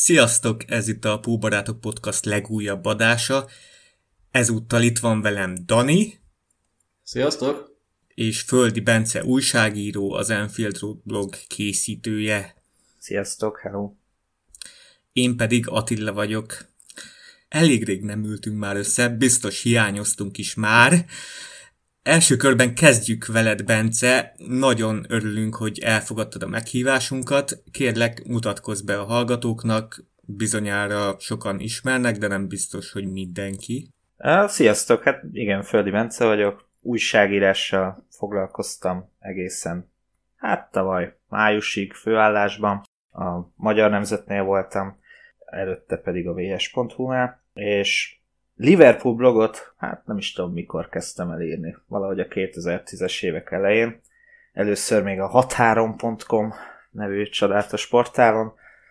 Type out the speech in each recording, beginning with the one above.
Sziasztok! Ez itt a Póbarátok Podcast legújabb adása. Ezúttal itt van velem Dani. Sziasztok! És Földi Bence újságíró, az Anfield Road blog készítője. Sziasztok, hello! Én pedig Attila vagyok. Elég rég nem ültünk már össze, biztos hiányoztunk is már. Első körben kezdjük veled, Bence. Nagyon örülünk, hogy elfogadtad a meghívásunkat. Kérlek, mutatkozz be a hallgatóknak. Bizonyára sokan ismernek, de nem biztos, hogy mindenki. Sziasztok, hát igen, Földi Bence vagyok. Újságírással foglalkoztam egészen, tavaly májusig főállásban. A Magyar Nemzetnél voltam, előtte pedig a vs.hu-nál, és Liverpool blogot, nem is tudom mikor kezdtem el írni, valahogy a 2010-es évek elején. Először még a 63.com nevű csodálatos portálon,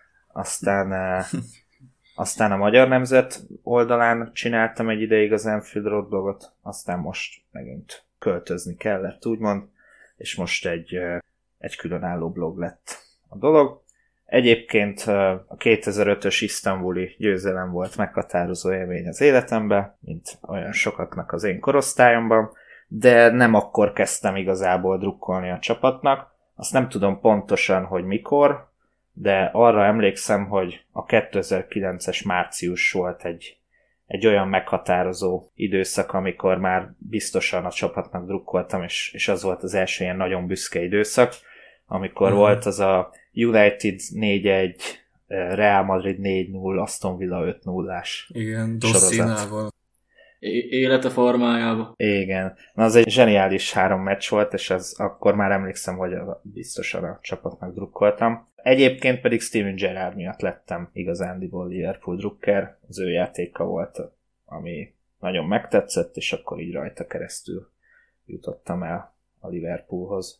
aztán a Magyar Nemzet oldalán csináltam egy ideig az Anfield Road blogot, aztán most megint költözni kellett, úgymond, és most egy különálló blog lett a dolog. Egyébként a 2005-ös isztambuli győzelem volt meghatározó élmény az életemben, mint olyan sokaknak az én korosztályomban, de nem akkor kezdtem igazából drukkolni a csapatnak. Azt nem tudom pontosan, hogy mikor, de arra emlékszem, hogy a 2009-es március volt egy olyan meghatározó időszak, amikor már biztosan a csapatnak drukkoltam, és az volt az első ilyen nagyon büszke időszak, amikor volt az a United 4-1, Real Madrid 4-0, Aston Villa 5-0-ás Igen, Dossinával. Élete formájába. Igen. Na, az egy zseniális 3 meccs volt, és akkor már emlékszem, hogy biztosan a csapatnak drukkoltam. Egyébként pedig Steven Gerrard miatt lettem igazándiból Liverpool drukker. Az ő játéka volt, ami nagyon megtetszett, és akkor így rajta keresztül jutottam el a Liverpoolhoz.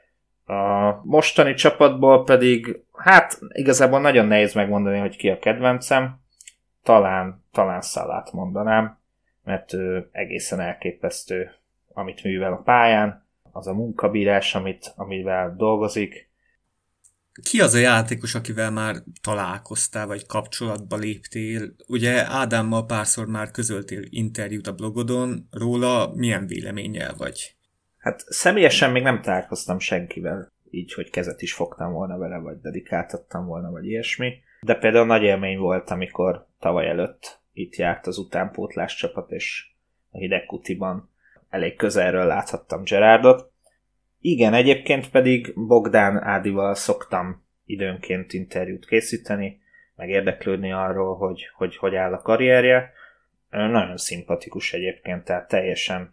A mostani csapatból pedig, igazából nagyon nehéz megmondani, hogy ki a kedvencem. Talán Salát mondanám, mert ő egészen elképesztő, amit művel a pályán, az a munkabírás, amivel dolgozik. Ki az a játékos, akivel már találkoztál, vagy kapcsolatba léptél? Ugye Ádámmal párszor már közöltél interjút a blogodon, róla milyen véleménnyel vagy? Személyesen még nem találkoztam senkivel, így, hogy kezet is fogtam volna vele, vagy dedikáltattam volna, vagy ilyesmi. De például nagy élmény volt, amikor tavaly előtt itt járt az utánpótlás csapat, és a Hidegkutiban elég közelről láthattam Gerrardot. Igen, egyébként pedig Bogdán Ádival szoktam időnként interjút készíteni, meg érdeklődni arról, hogy áll a karrierje. Nagyon szimpatikus egyébként, tehát teljesen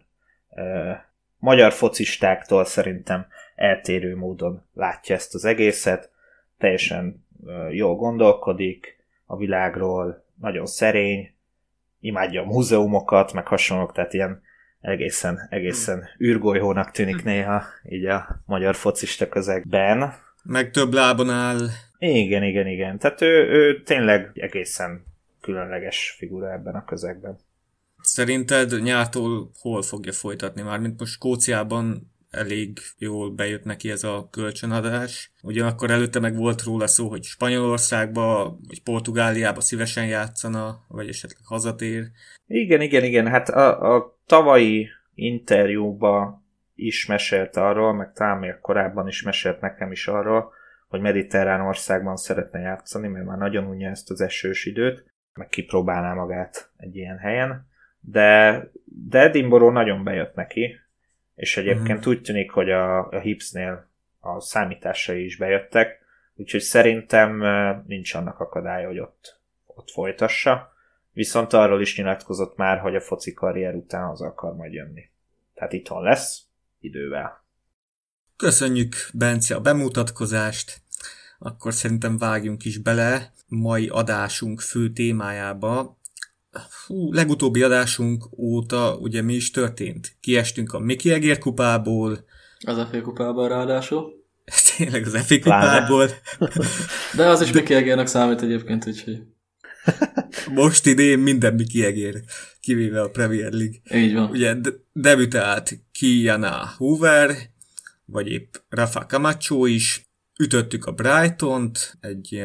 magyar focistáktól szerintem eltérő módon látja ezt az egészet. Teljesen jól gondolkodik a világról, nagyon szerény, imádja a múzeumokat, meg hasonlók, tehát ilyen egészen űrgolyhónak tűnik néha így a magyar focista közegben. Meg több lábon áll. Igen. Tehát ő tényleg egészen különleges figura ebben a közegben. Szerinted nyártól hol fogja folytatni? Mármint most Skóciában elég jól bejött neki ez a kölcsönadás. Ugyanakkor előtte meg volt róla szó, hogy Spanyolországba vagy Portugáliába szívesen játszana, vagy esetleg hazatér. Igen. Hát a tavalyi interjúban is mesélt arról, meg talán még korábban is mesélt nekem is arról, hogy mediterrán országban szeretne játszani, mert már nagyon unja ezt az esős időt, meg kipróbálná magát egy ilyen helyen. De Edinburgh nagyon bejött neki, és egyébként úgy tűnik, hogy a Hibsnél a számításai is bejöttek, úgyhogy szerintem nincs annak akadálya, hogy ott folytassa. Viszont arról is nyilatkozott már, hogy a foci karrier után haza akar majd jönni. Tehát itthon lesz, idővel. Köszönjük, Bence, a bemutatkozást. Akkor szerintem vágjunk is bele mai adásunk fő témájába. Legutóbbi adásunk óta ugye mi is történt? Kiestünk a Mickey Egér kupából. Az FA kupából ráadásul. Tényleg az FA kupából. De az is Mickey Egérnek számít egyébként, úgyhogy... Most idén minden Mickey Egér, kivéve a Premier League. Így van. Ugye debütált Kiana Hoover, vagy épp Rafa Camacho is. Ütöttük a Brightont, egy ilyen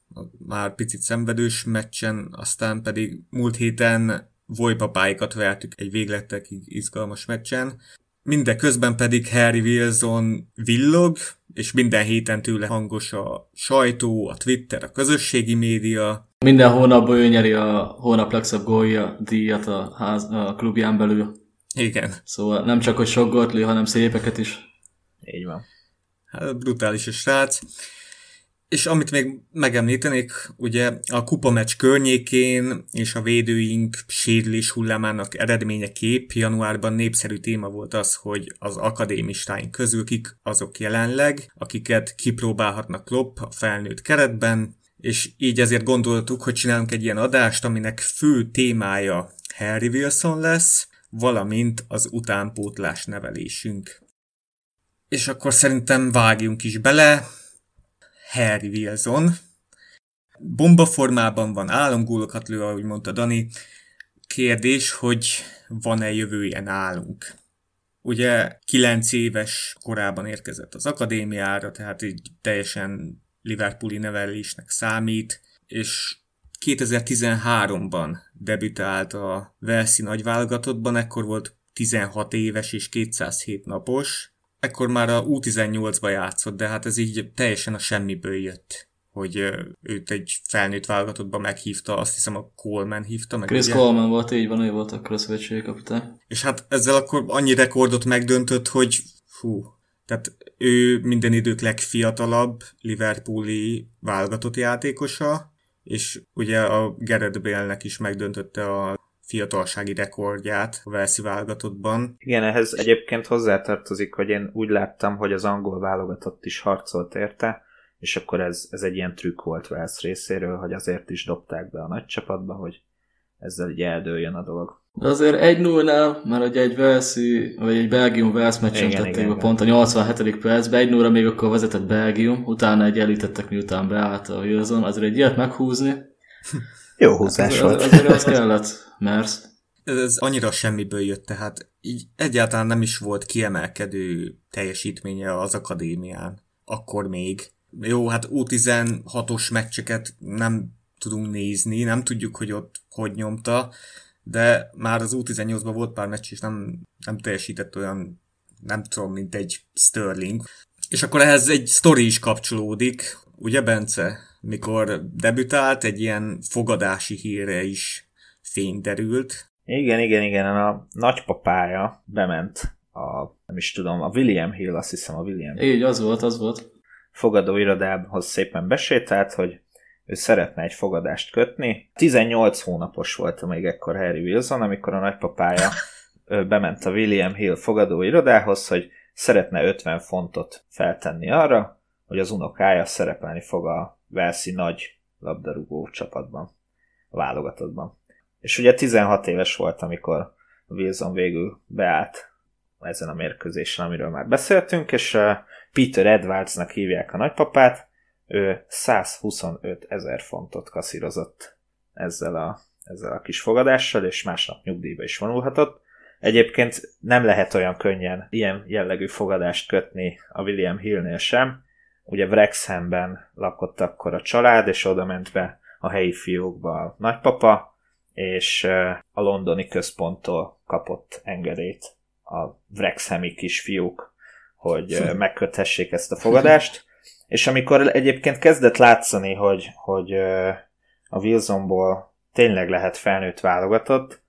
már picit szenvedős meccsen, aztán pedig múlt héten Vojpapáikat vertük egy végletekig izgalmas meccsen. Mindeközben pedig Harry Wilson villog, és minden héten tőle hangos a sajtó, a Twitter, a közösségi média. Minden hónapban ő nyeri a hónap legszebb gólja díjat a klubján belül. Igen. Szóval nem csak, hogy sok gólt lő, hanem szépeket is. Így van. Hát brutális a srác. És amit még megemlítenék, ugye a kupameccs környékén és a védőink sérülés hullámának eredményeképp januárban népszerű téma volt az, hogy az akadémistáink közül kik azok jelenleg, akiket kipróbálhatnak Klopp a felnőtt keretben, és így ezért gondoltuk, hogy csinálunk egy ilyen adást, aminek fő témája Harry Wilson lesz, valamint az utánpótlás nevelésünk. És akkor szerintem vágjunk is bele. Harry Wilson. Bombaformában van, álomgólokat lő, ahogy mondta Dani. Kérdés, hogy van-e jövője nálunk. Ugye 9 éves korában érkezett az akadémiára, tehát így teljesen liverpooli nevelésnek számít, és 2013-ban debütált a Walesi nagyválogatottban, ekkor volt 16 éves és 207 napos. Ekkor már a U18-ba játszott, de hát ez így teljesen a semmiből jött, hogy őt egy felnőtt válogatottba meghívta, azt hiszem a Coleman hívta meg. Chris Coleman volt, így van, ő volt akkor a szövetségi kapitány. És hát ezzel akkor annyi rekordot megdöntött, hogy tehát ő minden idők legfiatalabb liverpooli válogatott játékosa, és ugye a Gareth Bale-nek is megdöntötte a fiatalsági rekordját a Walesi válogatottban. Igen, ehhez egyébként hozzátartozik, hogy én úgy láttam, hogy az angol válogatott is harcolt érte, és akkor ez egy ilyen trükk volt Wales részéről, hogy azért is dobták be a nagy csapatba, hogy ezzel így eldőljön a dolog. De azért 1-0-nál, mert ugye egy Walesi, vagy egy Belgium-Wales meccsen tették be pont a 87. percben, 1-0-ra még akkor vezetett Belgium, utána egy elítettek, miután beállt a Wilson, azért egy ilyet meghúzni. Jó húzás volt. Azért az kellett, mert... Ez annyira semmiből jött, tehát így egyáltalán nem is volt kiemelkedő teljesítménye az akadémián. Akkor még. Jó, hát U16-os meccseket nem tudunk nézni, nem tudjuk, hogy ott hogy nyomta, de már az U18-ban volt pár meccs, és nem teljesített olyan, nem tudom, mint egy Sterling. És akkor ehhez egy sztori is kapcsolódik, ugye Bence? Mikor debütált, egy ilyen fogadási hírre is fény derült. Igen, a nagypapája bement nem is tudom, a William Hill, azt hiszem a William Hill. Így, az volt. Fogadóirodához szépen besétált, hogy ő szeretne egy fogadást kötni. 18 hónapos volt még ekkor Harry Wilson, amikor a nagypapája bement a William Hill fogadóirodához, hogy szeretne 50 fontot feltenni arra, hogy az unokája szerepelni fog a Walesi nagy labdarúgó csapatban, a válogatottban. És ugye 16 éves volt, amikor Wilson végül beállt ezen a mérkőzésen, amiről már beszéltünk, és Peter Edwardsnak hívják a nagypapát, ő 125 000 fontot kasszírozott ezzel a kis fogadással, és másnap nyugdíjba is vonulhatott. Egyébként nem lehet olyan könnyen ilyen jellegű fogadást kötni a William Hillnél sem. Ugye Wrexhamben lakott akkor a család, és oda ment be a helyi fiókba a nagypapa, és a londoni központtól kapott engedélyt a wrexhami kisfiúk, hogy megköthessék ezt a fogadást. És amikor egyébként kezdett látszani, hogy a Wilsonból tényleg lehet felnőtt válogatott,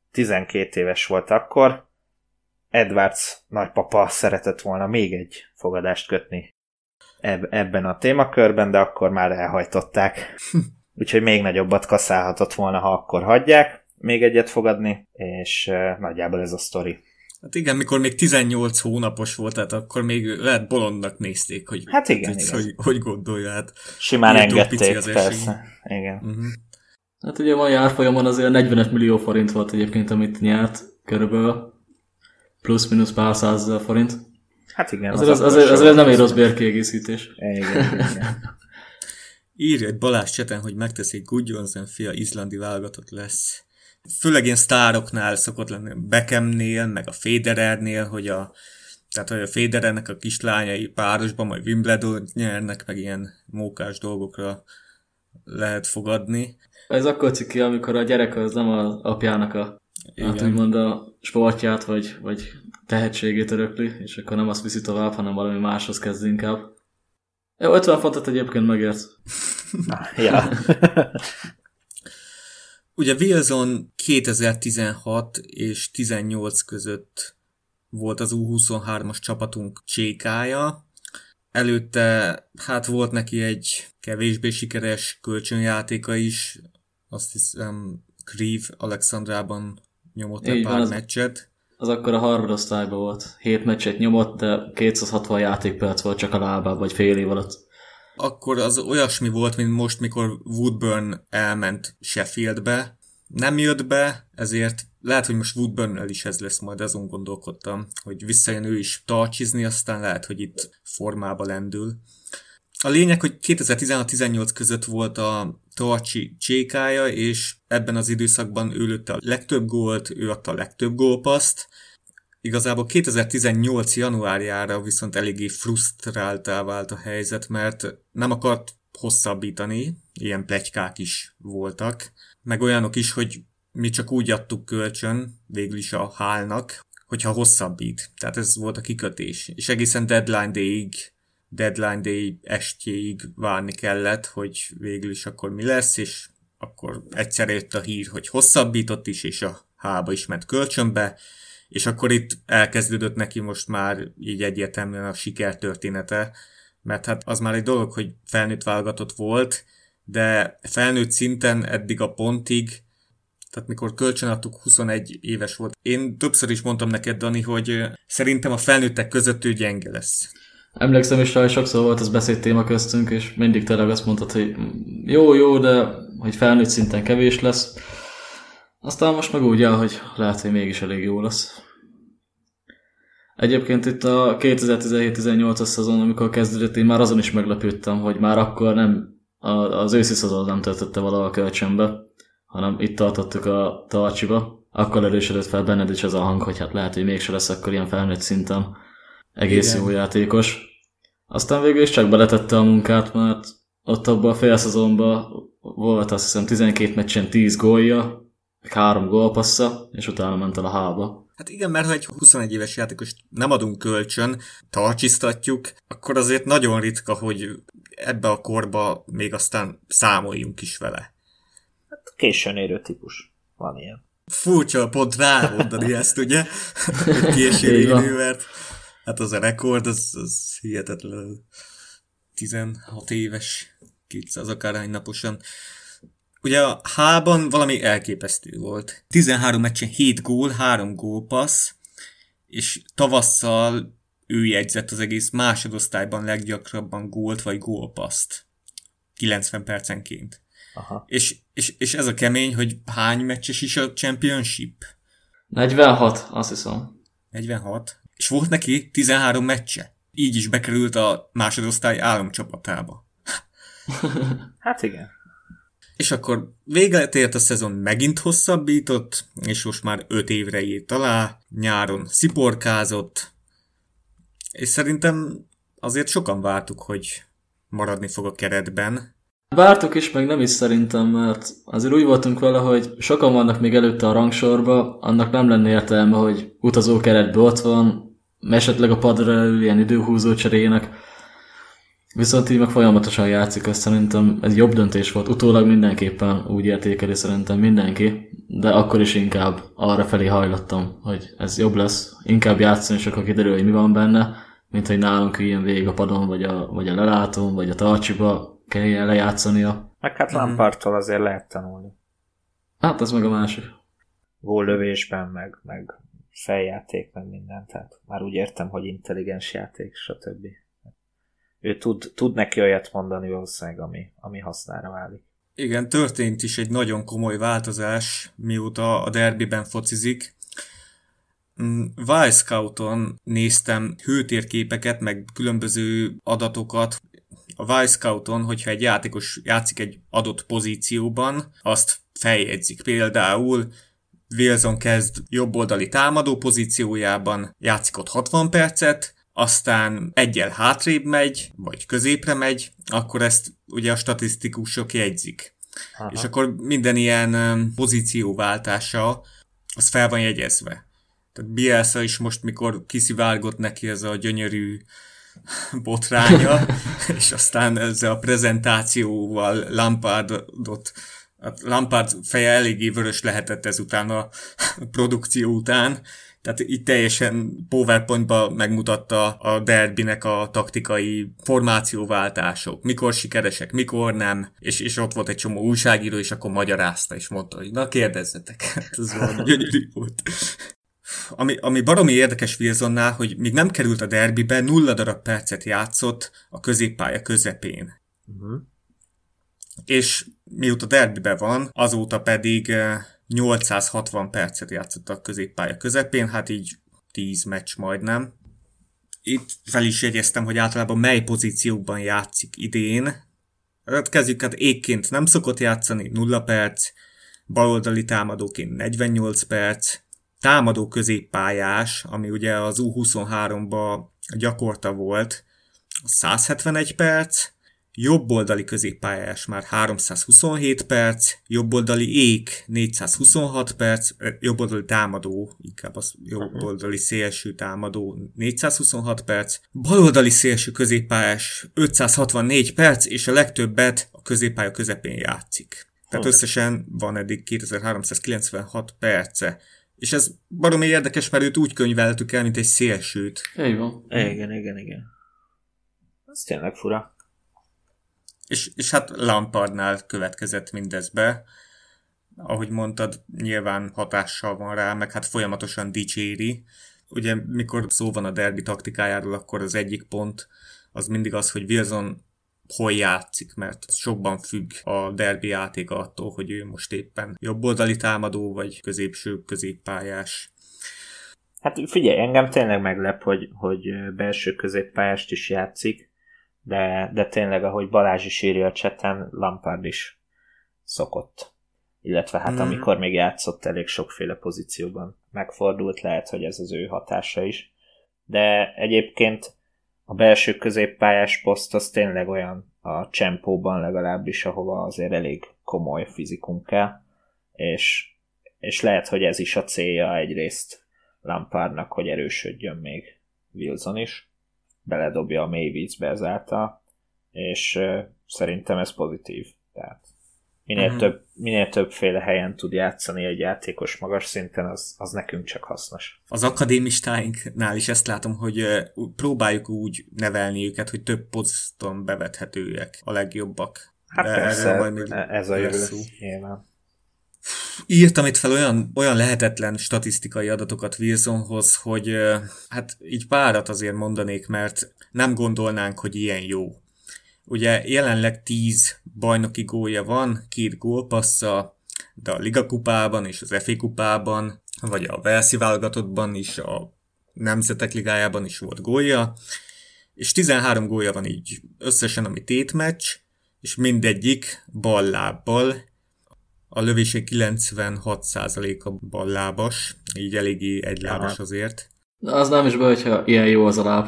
12 éves volt akkor, Edwards nagypapa szeretett volna még egy fogadást kötni ebben a témakörben, de akkor már elhajtották. Úgyhogy még nagyobbat kaszálhatott volna, ha akkor hagyják még egyet fogadni, és nagyjából ez a sztori. Hát igen, mikor még 18 hónapos volt, tehát akkor még lehet bolondnak nézték, hogy hát igen. Hogy gondolja. Hát simán engedték, persze. Igen. Uh-huh. Hát ugye a mai árfolyamon azért 45 millió forint volt egyébként, amit nyert körülbelül, plusz-minusz pár 100 000 forint. Hát igen. Azért nem egy rossz bérkiegészítés. Igen. Írja egy Balázs cseten, hogy megteszik Gudjonsen fia izlandi válogatott lesz. Főleg ilyen sztároknál szokott lenni, Beckhamnél, meg a Federernél, hogy a Federernek a kislányai párosban majd Wimbledon nyernek, meg ilyen mókás dolgokra lehet fogadni. Ez akkor ciki, amikor a gyerek az nem az apjának hát úgymond a sportját, vagy tehetségét örökli, és akkor nem azt viszi tovább, hanem valami máshoz kezd inkább. 50 fontot egyébként megért. Ja. Ugye Wilson 2016 és 18 között volt az U23-as csapatunk csékája. Előtte hát volt neki egy kevésbé sikeres kölcsönjátéka is, azt hiszem Kriv Alexandrában nyomott egy pár meccset. Az akkor a harmadosztályban volt. 7 meccset nyomott, de 260 játékperc volt csak a lábában, vagy fél év alatt. Akkor az olyasmi volt, mint most, mikor Woodburn elment Sheffieldbe. Nem jött be, ezért lehet, hogy most Woodburnnel is ez lesz, majd azon gondolkodtam, hogy visszajön ő is tarcsizni, aztán lehet, hogy itt formába lendül. A lényeg, hogy 2016-18 között volt a Tarcsi csékája, és ebben az időszakban ő lőtte a legtöbb gólt, ő adta a legtöbb gólpasszt. Igazából 2018 januárjára viszont eléggé frusztráltá vált a helyzet, mert nem akart hosszabbítani, ilyen pletykák is voltak, meg olyanok is, hogy mi csak úgy adtuk kölcsön, végül is a Hálnak, hogyha hosszabbít. Tehát ez volt a kikötés. És egészen deadline day estjéig várni kellett, hogy végül is akkor mi lesz, és akkor egyszerre jött a hír, hogy hosszabbított is, és a H-ba is ment kölcsönbe, és akkor itt elkezdődött neki most már így egyértelműen a sikertörténete, mert hát az már egy dolog, hogy felnőtt válogatott volt, de felnőtt szinten eddig a pontig, tehát mikor kölcsönadtuk, 21 éves volt. Én többször is mondtam neked, Dani, hogy szerintem a felnőttek között ő gyenge lesz. Emlékszem is rá, hogy sokszor volt ez beszédtéma köztünk, és mindig tényleg azt mondtad, hogy jó, de hogy felnőtt szinten kevés lesz. Aztán most meg úgy áll, hogy lehet, hogy mégis elég jó lesz. Egyébként itt a 2017-18-as szezon, amikor kezdődött, én már azon is meglepődtem, hogy már akkor nem az őszi szezon nem töltötte valahol kölcsönbe, hanem itt tartottuk a Tarcsiba. Akkor erősödött fel benned is az a hang, hogy hát lehet, hogy mégse lesz akkor ilyen felnőtt szinten egész jó játékos. Aztán végül is csak beletette a munkát, mert ott abban a félszezonban volt azt hiszem 12 meccsen 10 gólja, 3 gólpassza, és utána ment el a H-ba. Hát igen, mert ha egy 21 éves játékost nem adunk kölcsön, tarcsisztatjuk, akkor azért nagyon ritka, hogy ebbe a korba még aztán számoljunk is vele. Hát későn érő típus. Van ilyen. Furcsa pont rámondani ezt, ugye? Későn érő, mert hát az a rekord, az hihetetlen 16 éves, 200 akárhány naposan. Ugye a H-ban valami elképesztő volt. 13 meccsen 7 gól, 3 gólpassz, és tavasszal ő jegyzett az egész másodosztályban leggyakrabban gólt vagy gólpaszt. 90 percenként. Aha. És ez a kemény, hogy hány meccses is a Championship? 46, azt hiszem. 46? És volt neki 13 meccse. Így is bekerült a másodosztály álomcsapatába. Hát igen. És akkor véget ért a szezon, megint hosszabbított, és most már 5 évre írt alá, nyáron sziporkázott, és szerintem azért sokan vártuk, hogy maradni fog a keretben. Vártuk is, meg nem is szerintem, mert azért úgy voltunk vele, hogy sokan vannak még előtte a rangsorba, annak nem lenne értelme, hogy utazó keretben ott van, esetleg a padra elő ilyen időhúzó cserének. Viszont így meg folyamatosan játszik, azt szerintem ez jobb döntés volt. Utólag mindenképpen úgy értékeli szerintem mindenki, de akkor is inkább arra felé hajlottam, hogy ez jobb lesz. Inkább játszani, és akkor kiderül, hogy mi van benne, mint hogy nálunk üljön végig a padon, vagy a lelátón, vagy a Tarcsiba kelljen lejátszania. Meg hát Lampardtól azért lehet tanulni. Hát ez meg a másik. Góllövésben, meg feljáték, meg minden. Tehát már úgy értem, hogy intelligens játék, stb. Ő tud neki olyat mondani valószínűleg, ami hasznára válik. Igen, történt is egy nagyon komoly változás, mióta a derbiben focizik. Wisecout-on néztem hőtérképeket, meg különböző adatokat. A Wisecout-on, hogyha egy játékos játszik egy adott pozícióban, azt feljegyzik. Például Wilson kezd jobboldali támadó pozíciójában, játszik ott 60 percet, aztán egyel hátrébb megy, vagy középre megy, akkor ezt ugye a statisztikusok jegyzik. Aha. És akkor minden ilyen pozícióváltása, az fel van jegyezve. Tehát Bielsa is most, mikor kiszivárgott neki ez a gyönyörű botránya, és aztán ezzel a prezentációval Lampard feje eléggé vörös lehetett ezután a produkció után, tehát így teljesen PowerPoint-ba megmutatta a derbinek a taktikai formációváltások, mikor sikeresek, mikor nem, és ott volt egy csomó újságíró, és akkor magyarázta, és mondta, hogy na kérdezzetek, ez valami gyönyörű volt. Ami baromi érdekes Wilsonnál, hogy még nem került a derbibe, 0 darab percet játszott a középpálya közepén. Uh-huh. És mióta derbibe van, azóta pedig 860 percet játszott a középpálya közepén, hát így 10 meccs majdnem. Itt fel is jegyeztem, hogy általában mely pozíciókban játszik idén. Hát kezdjük, hát égként nem szokott játszani, 0 perc, baloldali támadóként 48 perc, támadó középpályás, ami ugye az U23-ban gyakorta volt, 171 perc, jobboldali középpályás már 327 perc, jobboldali ék 426 perc, jobboldali támadó, inkább az jobboldali szélső támadó 426 perc, baloldali szélső középpályás 564 perc, és a legtöbbet a középpálya közepén játszik. Tehát összesen van eddig 2396 perce. És ez baromi érdekes, mert őt úgy könyveltük el, mint egy szélsőt. Így van. Igen. Ez tényleg fura. És hát Lampardnál következett mindez be. Ahogy mondtad, nyilván hatással van rá, meg hát folyamatosan dicséri. Ugye mikor szó van a derbi taktikájáról, akkor az egyik pont az mindig az, hogy Wilson hol játszik, mert sokban függ a derbi játéka attól, hogy ő most éppen jobboldali támadó, vagy középső középpályás. Hát figyelj, engem tényleg meglep, hogy belső középpályást is játszik, de tényleg, ahogy Balázs is írja a chaten, Lampard is szokott. Illetve hát amikor még játszott elég sokféle pozícióban megfordult, lehet, hogy ez az ő hatása is. De egyébként a belső középpályás poszt az tényleg olyan a csempóban legalábbis, ahova azért elég komoly fizikum kell, és lehet, hogy ez is a célja egyrészt Lampardnak, hogy erősödjön még Wilson is, beledobja a mély vízbe ezáltal, és szerintem ez pozitív. Tehát minél többféle helyen tud játszani egy játékos magas szinten, az nekünk csak hasznos. Az akadémistáinknál is ezt látom, hogy próbáljuk úgy nevelni őket, hogy több poszton bevethetőek a legjobbak. Hát persze, ez a jövő. Nyilván. Írtam itt fel olyan lehetetlen statisztikai adatokat Wilsonhoz, hogy hát így párat azért mondanék, mert nem gondolnánk, hogy ilyen jó. Ugye jelenleg 10 bajnoki gólja van, 2 gólpassza, de a Liga kupában és az FA kupában, vagy a Walesi válogatottban is, a Nemzetek Ligájában is volt gólja, és 13 gólja van így összesen, ami tétmeccs, és mindegyik ballábbal. A lövések 96%-a ballábas, így eléggé egylábas azért. De az nem is baj, hogyha ilyen jó az a láb.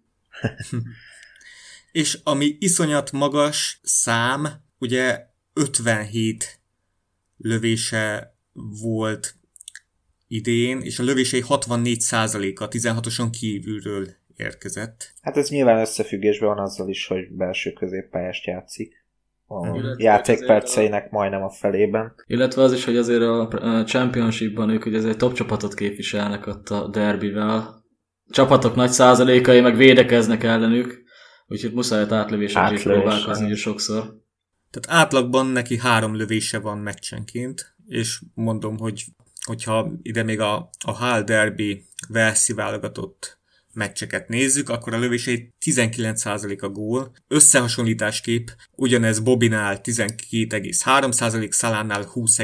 És ami iszonyat magas szám, ugye 57 lövése volt idén, és a lövései 64%-a 16-oson kívülről érkezett. Hát ez nyilván összefüggésben van azzal is, hogy belső középpályást játszik. A játékperceinek majdnem a felében. Illetve az is, hogy azért a Championshipban ők ugye egy top csapatot képviselnek ott a derbivel. Csapatok nagy százalékai meg védekeznek ellenük, úgyhogy muszáj átlövésekre is próbálkozni sokszor. Tehát átlagban neki 3 lövése van meccsenként, és mondom, hogyha ide még a Hull Derby Walesi válogatott meccseket nézzük, akkor a lövései 19% a gól. Összehasonlításképp ugyanez Bobinál 12,3%, Salánál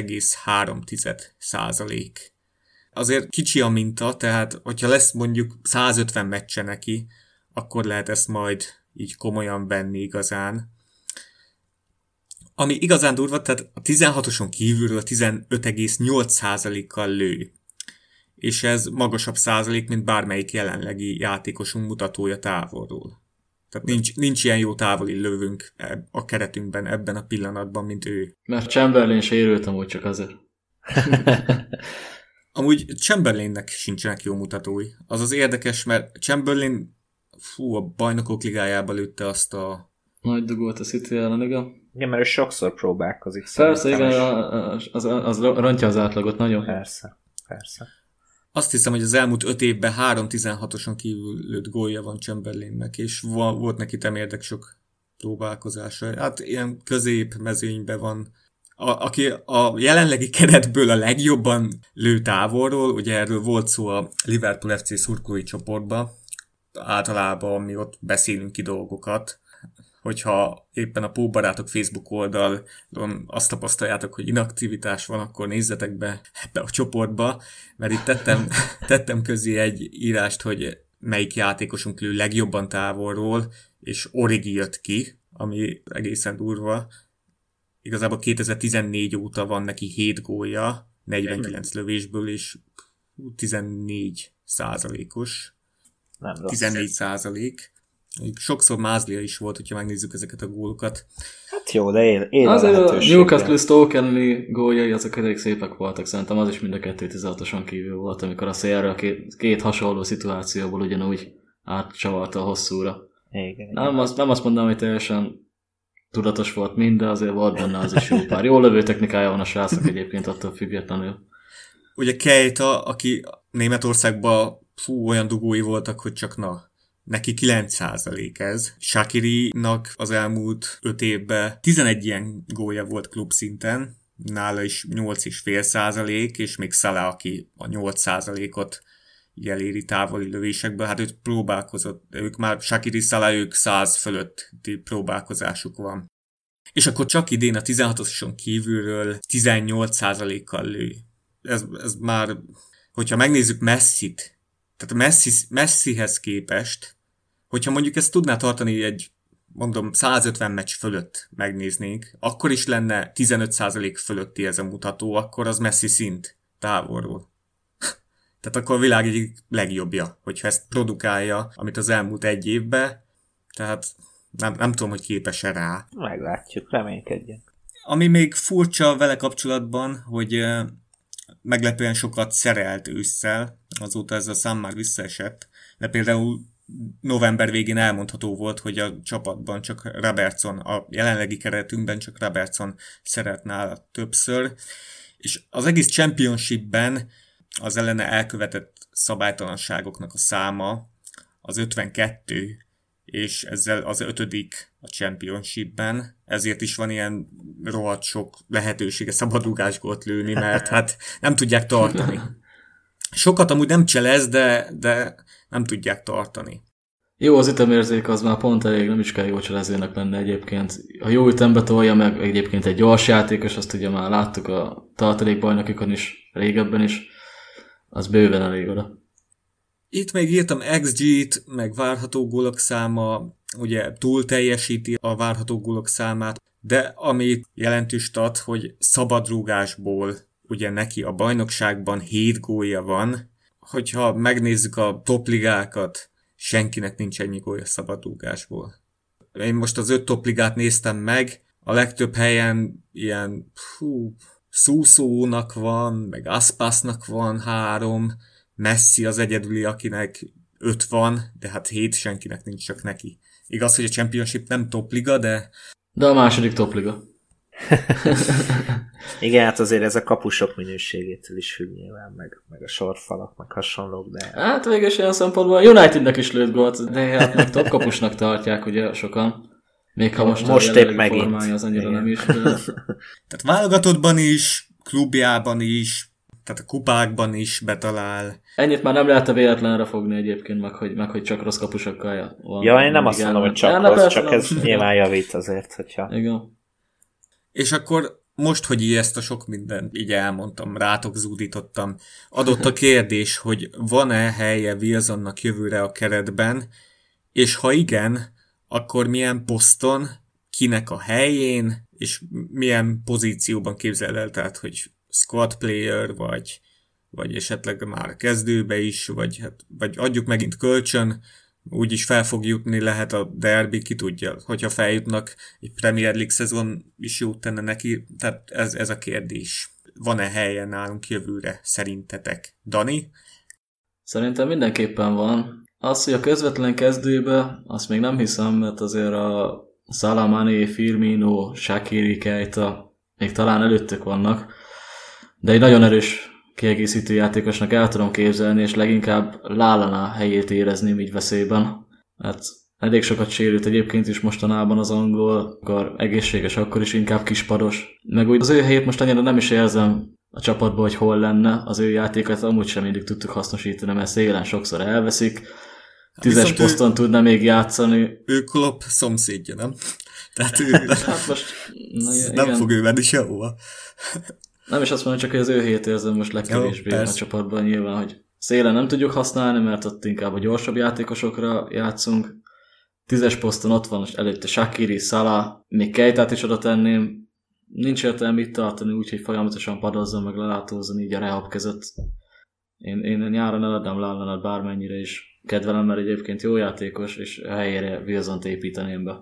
20,3%. Azért kicsi a minta, tehát hogyha lesz mondjuk 150 meccse neki, akkor lehet ezt majd így komolyan venni igazán. Ami igazán durva, tehát a 16-oson kívülről 15,8%-kal lő. és ez magasabb százalék, mint bármelyik jelenlegi játékosunk mutatója távolról. Tehát nincs ilyen jó távoli lövőnk a keretünkben ebben a pillanatban, mint ő. Mert Chamberlain sérült amúgy csak azért. Amúgy Chamberlainnek sincsenek jó mutatói. Az érdekes, mert Chamberlain a Bajnokok Ligájába lőtte azt a... Nagy dugót a City ellen, igen. Igen, mert ő sokszor próbálkozik. Persze, igen, az rontja az átlagot nagyon. Persze. Azt hiszem, hogy az elmúlt 5 évben 3-16-oson kívül lőtt gólja van Chamberlainnek, és volt neki temérdek sok próbálkozása. Hát ilyen középmezőnyben van. Aki a jelenlegi keretből a legjobban lő távolról, ugye erről volt szó a Liverpool FC szurkolói csoportban, általában mi ott beszélünk ki dolgokat, hogyha éppen a Póbarátok Facebook oldalon azt tapasztaljátok, hogy inaktivitás van, akkor nézzetek be ebbe a csoportba, mert itt tettem közé egy írást, hogy melyik játékosunk lő legjobban távolról, és Origi jött ki, ami egészen durva. Igazából 2014 óta van neki 7 gólja, 49 lövésből, és 14%-os. 14%. Sokszor mázlia is volt, hogyha megnézzük ezeket a gólokat. Hát jó, de él azért a Newcastle Stoke elleni góljai, azok elég szépek voltak, szerintem az is mind a 2-16-oson kívül volt, amikor a szélre a két hasonló szituációból ugyanúgy átcsavarta a hosszúra. Igen. Nem azt mondom, hogy teljesen tudatos volt mind, de azért volt benne az is jó pár. Jó lövő technikája van a srácnak egyébként attól függetlenül. Ugye Keita, aki Németországban olyan dugói voltak, hogy csak neki 9% ez. Shaqiri-nak az elmúlt 5 évben 11 ilyen gólja volt klubszinten, nála is 8,5%, és még Salah, aki a 8%-ot eléri távoli lövésekből, hát őt próbálkozott, ők már Shaqiri, Salah, ők 100 fölötti próbálkozásuk van. És akkor csak idén a 16-oson kívülről 18%-kal lő. Ez már, hogyha megnézzük Messit, tehát Messihez képest, hogyha mondjuk ezt tudná tartani egy, 150 meccs fölött megnéznénk, akkor is lenne 15% fölötti ez a mutató, akkor az Messi szint távolról. Tehát akkor a világ egyik legjobbja, hogyha ezt produkálja, amit az elmúlt 1 évben, tehát nem tudom, hogy képes-e rá. Meglátjuk, reménykedjen. Ami még furcsa vele kapcsolatban, hogy meglepően sokat szerelt ősszel, azóta ez a szám már visszaesett, de például november végén elmondható volt, hogy a csapatban csak Robertson, a jelenlegi keretünkben csak Robertson szeret nála többször, és az egész Championshipben az ellene elkövetett szabálytalanságoknak a száma az 52, és ezzel az 5. a Championshipben, ezért is van ilyen rohadt sok lehetősége szabadrugásgólt lőni, mert hát nem tudják tartani. Sokat amúgy nem cselez, de nem tudják tartani. Jó, az ütemérzék az már pont elég, nem is kell jó cselezőnek lenni egyébként. Ha jó ütembe tolja meg egyébként egy gyors játékos, azt ugye már láttuk a tartalékbajnokikon is, régebben is, az bőven elég oda. Itt még írtam XG-t, meg várható gólok száma, ugye túl teljesíti a várható gólok számát, de amit jelentős ad, hogy szabadrúgásból ugye neki a bajnokságban 7 gólja van, hogyha megnézzük a topligákat, senkinek nincs ennyi gólja szabadrúgásból. Én most az 5 topligát néztem meg, a legtöbb helyen ilyen Suso-nak van, meg Aspasnak van 3, Messi az egyedüli, akinek 5 van, de hát 7 senkinek nincs, csak neki. Igaz, hogy a Championship nem topliga, de... De a második topliga. Igen, hát azért ez a kapusok minőségétől is függ nyilván, meg a sorfalak, meg hasonlók, de... Hát végül ilyen szempontból Unitednek is lőtt gólt, de hát meg top kapusnak tartják ugye sokan. Még ha most épp megint. Formája az annyira nem is. Tehát válogatottban is, klubjában is, tehát a kupákban is betalál. Ennyit már nem lehet a véletlenre fogni egyébként, meg hogy csak rossz kapusokkal van. Ja, én nem azt mondom, hogy csak rossz, csak ez nyilván javít azért, hogyha... Igen. És akkor most, hogy ezt a sok mindent így elmondtam, rátok zúdítottam, adott a kérdés, hogy van-e helye Wilsonnak jövőre a keretben, és ha igen, akkor milyen poszton, kinek a helyén, és milyen pozícióban képzel el, tehát hogy squad player, vagy esetleg már kezdőbe is, vagy adjuk megint kölcsön, úgyis fel fog jutni, lehet a derby, ki tudja, hogyha feljutnak, egy Premier League szezon is jót tenne neki, tehát ez a kérdés. Van-e helye nálunk jövőre, szerintetek? Dani? Szerintem mindenképpen van. Az, hogy a közvetlen kezdőbe, azt még nem hiszem, mert azért a Salah, Mané, Firmino, Shaqiri, Keita még talán előttük vannak, de egy nagyon erős kiegészítő játékosnak el tudom képzelni, és leginkább Lallana helyét érezném így veszélyben. Hát elég sokat sérült egyébként is mostanában az angol, akkor egészséges, akkor is inkább kispados. Meg úgy az ő helyét most annyira nem is érzem a csapatban, hogy hol lenne, az ő játékot amúgy sem mindig tudtuk hasznosítani, mert szélen sokszor elveszik. 10-es poszton tudna még játszani. Ő Klopp szomszédja, nem? Tehát ő hát most, nem fog ő menni sehova. Nem is azt mondom, csak hogy az ő helyét érzem most legkevésbé a csapatban nyilván, hogy szélen nem tudjuk használni, mert ott inkább a gyorsabb játékosokra játszunk. 10-es poszton ott van előtte Shaqiri, Salah, még Keitát is oda tenném. Nincs értelme itt tartani úgy, hogy folyamatosan padozzon, meg lelátózzon így a rehab között. Én nyáron eladnám Lallanát bármennyire is kedvelem, mert egyébként jó játékos, és a helyére Wilsont építeném be.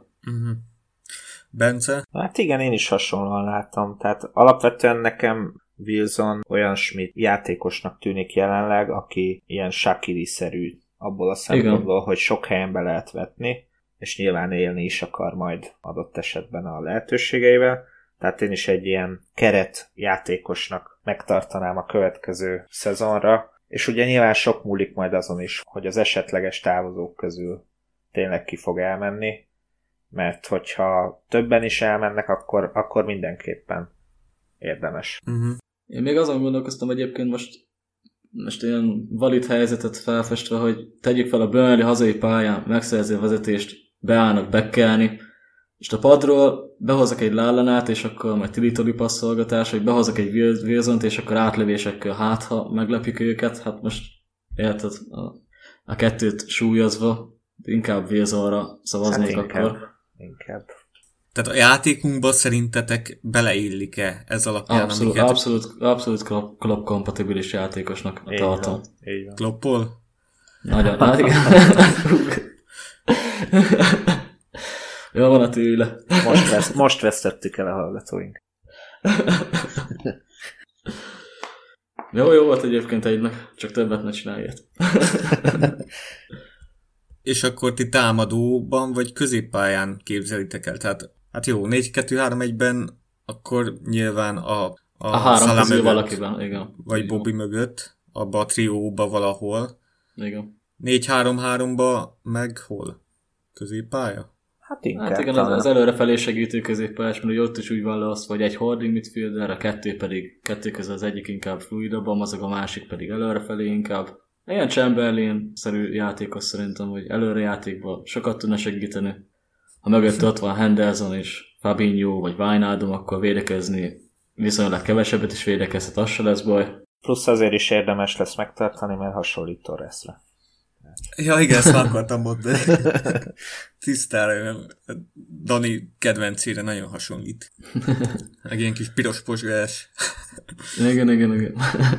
Bence? Hát igen, én is hasonlóan láttam. Tehát alapvetően nekem Wilson olyan Schmidt játékosnak tűnik jelenleg, aki ilyen Shaqiri-szerű abból a szempontból, hogy sok helyen be lehet vetni, és nyilván élni is akar majd adott esetben a lehetőségeivel. Tehát én is egy ilyen keret játékosnak megtartanám a következő szezonra, és ugye nyilván sok múlik majd azon is, hogy az esetleges távozók közül tényleg ki fog elmenni, mert hogyha többen is elmennek, akkor mindenképpen érdemes. Én még azon gondolkoztam egyébként most ilyen valid helyzetet felfestve, hogy tegyük fel a Burnley hazai pályán, megszerzi a vezetést, beállnak bekkelni, és a padról behozok egy Lallanát, és akkor majd Tili passzolgatás, vagy behozok egy Wilsont, és akkor átlevésekkel ha meglepjük őket, hát most érted, a kettőt súlyozva, inkább Wilsonra szavaznék hát inkább. Tehát a játékunkba szerintetek beleillik-e ez alapján? Abszolút Klopp kompatibilis játékosnak tartom. Kloppol? Nagyon, igen. Jó van a tőle. Most vesztettük el a hallgatóink. Jó volt egyébként egynek, csak többet ne csinálját. És akkor ti támadóban vagy középpályán képzelitek el? Tehát, hát jó, 4-2-3-1-ben akkor nyilván a három közül valakiben, igen. Vagy igen. Bobby mögött, abba a trióba valahol. Igen. 4-3-3-ba meg hol? Középpálya? Hát igen, az előrefelé segítő középpályás, mert ott is úgy van le azt, hogy egy holding midfielder, a kettő közül az egyik inkább fluidabban mozog, a másik pedig előrefelé inkább. Ilyen Chamberlain-szerű játékos szerintem, hogy előrejátékban sokat tudna segíteni. Ha mögött ott van Henderson és Fabinho vagy Wijnaldum, akkor védekezni viszonylag kevesebbet is védekezhet, az se lesz baj. Plusz azért is érdemes lesz megtartani, mert hasonlít Torresre. Ja, igen, ezt akartam mondani. Tisztára, Dani kedvencére nagyon hasonlít. Meg ilyen kis piros pozsgás. Igen.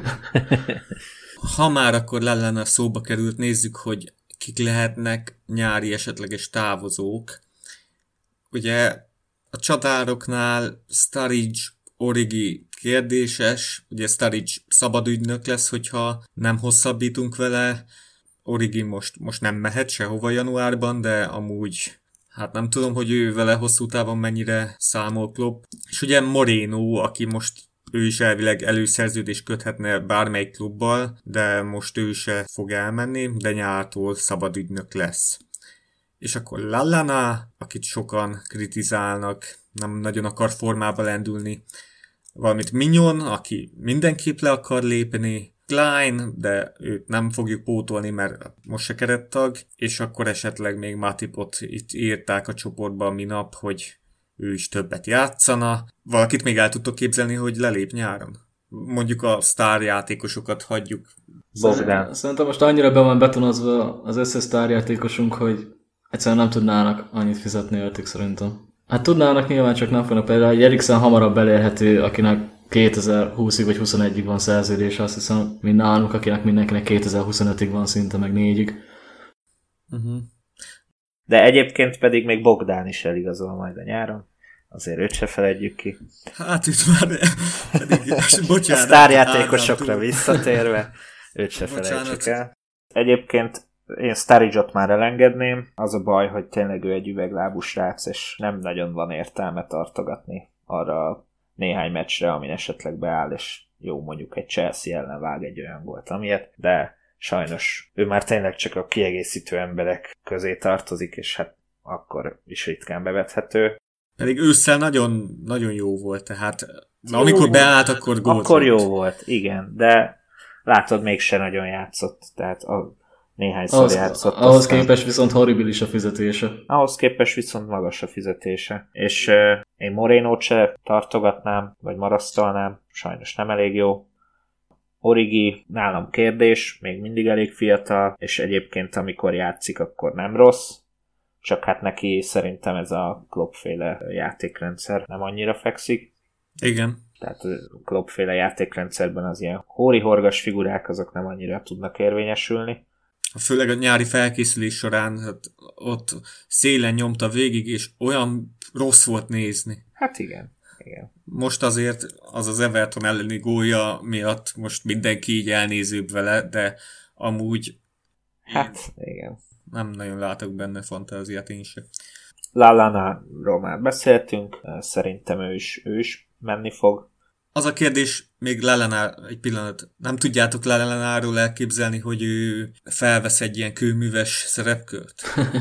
Ha már akkor Lallana szóba került, nézzük, hogy kik lehetnek nyári esetleges távozók. Ugye a csatároknál Sturridge, Origi kérdéses, ugye Sturridge szabad ügynök lesz, hogyha nem hosszabbítunk vele. Origi most nem mehet sehova januárban, de amúgy hát nem tudom, hogy ő vele hosszú távon mennyire számol Klopp. És ugye Moreno, aki most ő is elvileg előszerződést köthetne bármelyik klubbal, de most ő se fog elmenni, de nyártól szabad ügynök lesz. És akkor Lallana, akit sokan kritizálnak, nem nagyon akar formába lendülni. Valamint Mignon, aki mindenképp le akar lépni. Klein, de őt nem fogjuk pótolni, mert most se kerettag. És akkor esetleg még Matipot itt írták a csoportban minap, hogy ő is többet játszana. Valakit még el tudtok képzelni, hogy lelép nyáron? Mondjuk a sztárjátékosokat hagyjuk. Szerintem most annyira be van betonozva az összes sztárjátékosunk, hogy egyszerűen nem tudnának annyit fizetni értük szerintem. Hát tudnának nyilván, csak nem fognak. Például egy Eriksen hamarabb elérhető, akinek 2020-ig vagy 21-ig van szerződés, azt hiszem, mint nálunk, akinek mindenkinek 2025-ig van szinte, meg 4-ig. Uh-huh. De egyébként pedig még Bogdán is eligazol majd a nyáron. Azért őt se feledjük ki. Hát itt már pedig, bocsánat. A sztárjátékosokra visszatérve, őt se felejtsük el. Egyébként én Sturridge-ot már elengedném. Az a baj, hogy tényleg ő egy üveglábú srác, és nem nagyon van értelme tartogatni arra néhány meccsre, amin esetleg beáll, és jó, mondjuk egy Chelsea ellen vág egy olyan gólt, amilyet, de sajnos ő már tényleg csak a kiegészítő emberek közé tartozik, és hát akkor is ritkán bevethető. Pedig ősszel nagyon, nagyon jó volt, tehát amikor beállt, akkor gólt. Akkor jó volt, igen, de látod, mégse nagyon játszott, tehát néhányszor játszott. Ahhoz képest viszont horribilis a fizetése. Ahhoz képest viszont magas a fizetése. És én Morénót se tartogatnám, vagy marasztalnám, sajnos nem elég jó. Origi nálam kérdés, még mindig elég fiatal, és egyébként amikor játszik, akkor nem rossz. Csak hát neki szerintem ez a Klopp-féle játékrendszer nem annyira fekszik. Igen. Tehát a Klopp-féle játékrendszerben az ilyen hóri-horgas figurák azok nem annyira tudnak érvényesülni. Főleg a nyári felkészülés során hát ott szélen nyomta végig, és olyan rossz volt nézni. Hát igen. Most azért az Everton elleni gólja miatt most mindenki így elnézőbb vele, de amúgy hát igen. Nem nagyon látok benne fantáziát én se. Lallanáról már beszéltünk, szerintem ő is menni fog. Az a kérdés, még Lallana egy pillanat, nem tudjátok Lallanáról elképzelni, hogy ő felvesz egy ilyen kőműves szerepkört?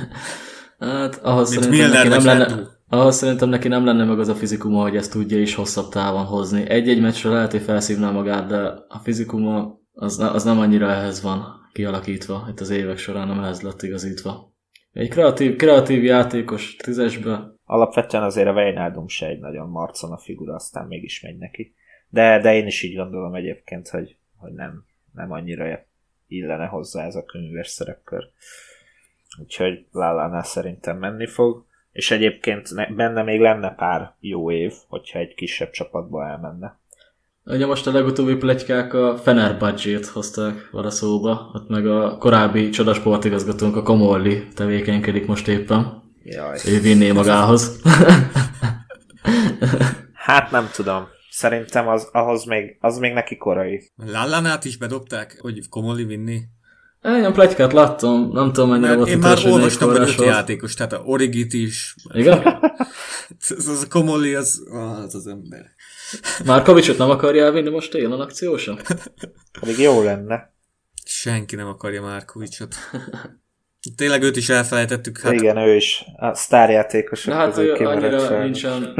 Hát ahhoz szerintem neki nem lenne meg az a fizikuma, hogy ezt tudja is hosszabb távon hozni. Egy-egy meccsre lehet, hogy felszívná magát, de a fizikuma az nem annyira ehhez van kialakítva, itt az évek során nem ehhez lett igazítva. Egy kreatív játékos 10-esbe. Alapvetően azért a Wijnaldum se egy nagyon marcona figura, aztán mégis megy neki. De én is így gondolom egyébként, hogy nem annyira illene hozzá ez a könyves szerepkör. Úgyhogy Lallánál szerintem menni fog. És egyébként benne még lenne pár jó év, hogyha egy kisebb csapatba elmenne. Ugye most a legutóbbi pletykák a Fenerbahce-t hozták vele szóba, ott meg a korábbi csodasportigazgatónk a Komolli tevékenykedik most éppen. Jaj. Ő vinné magához. Hát nem tudom. Szerintem az még neki korai. Lallánát is bedobták, hogy Komolli vinni? Ilyen pletykát láttam, nem tudom mennyire volt. Én már olvastam, hogy 5 játékos, tehát a Origit is. Igen? az a Komolli az ember. Márkovicsot nem akarja elvinni most télen akciósan? Pedig jó lenne. Senki nem akarja Márkovicsot. Tényleg őt is elfelejtettük. Hát... Igen, ő is. A sztárjátékosok közül kimaradt. Annyira nincsen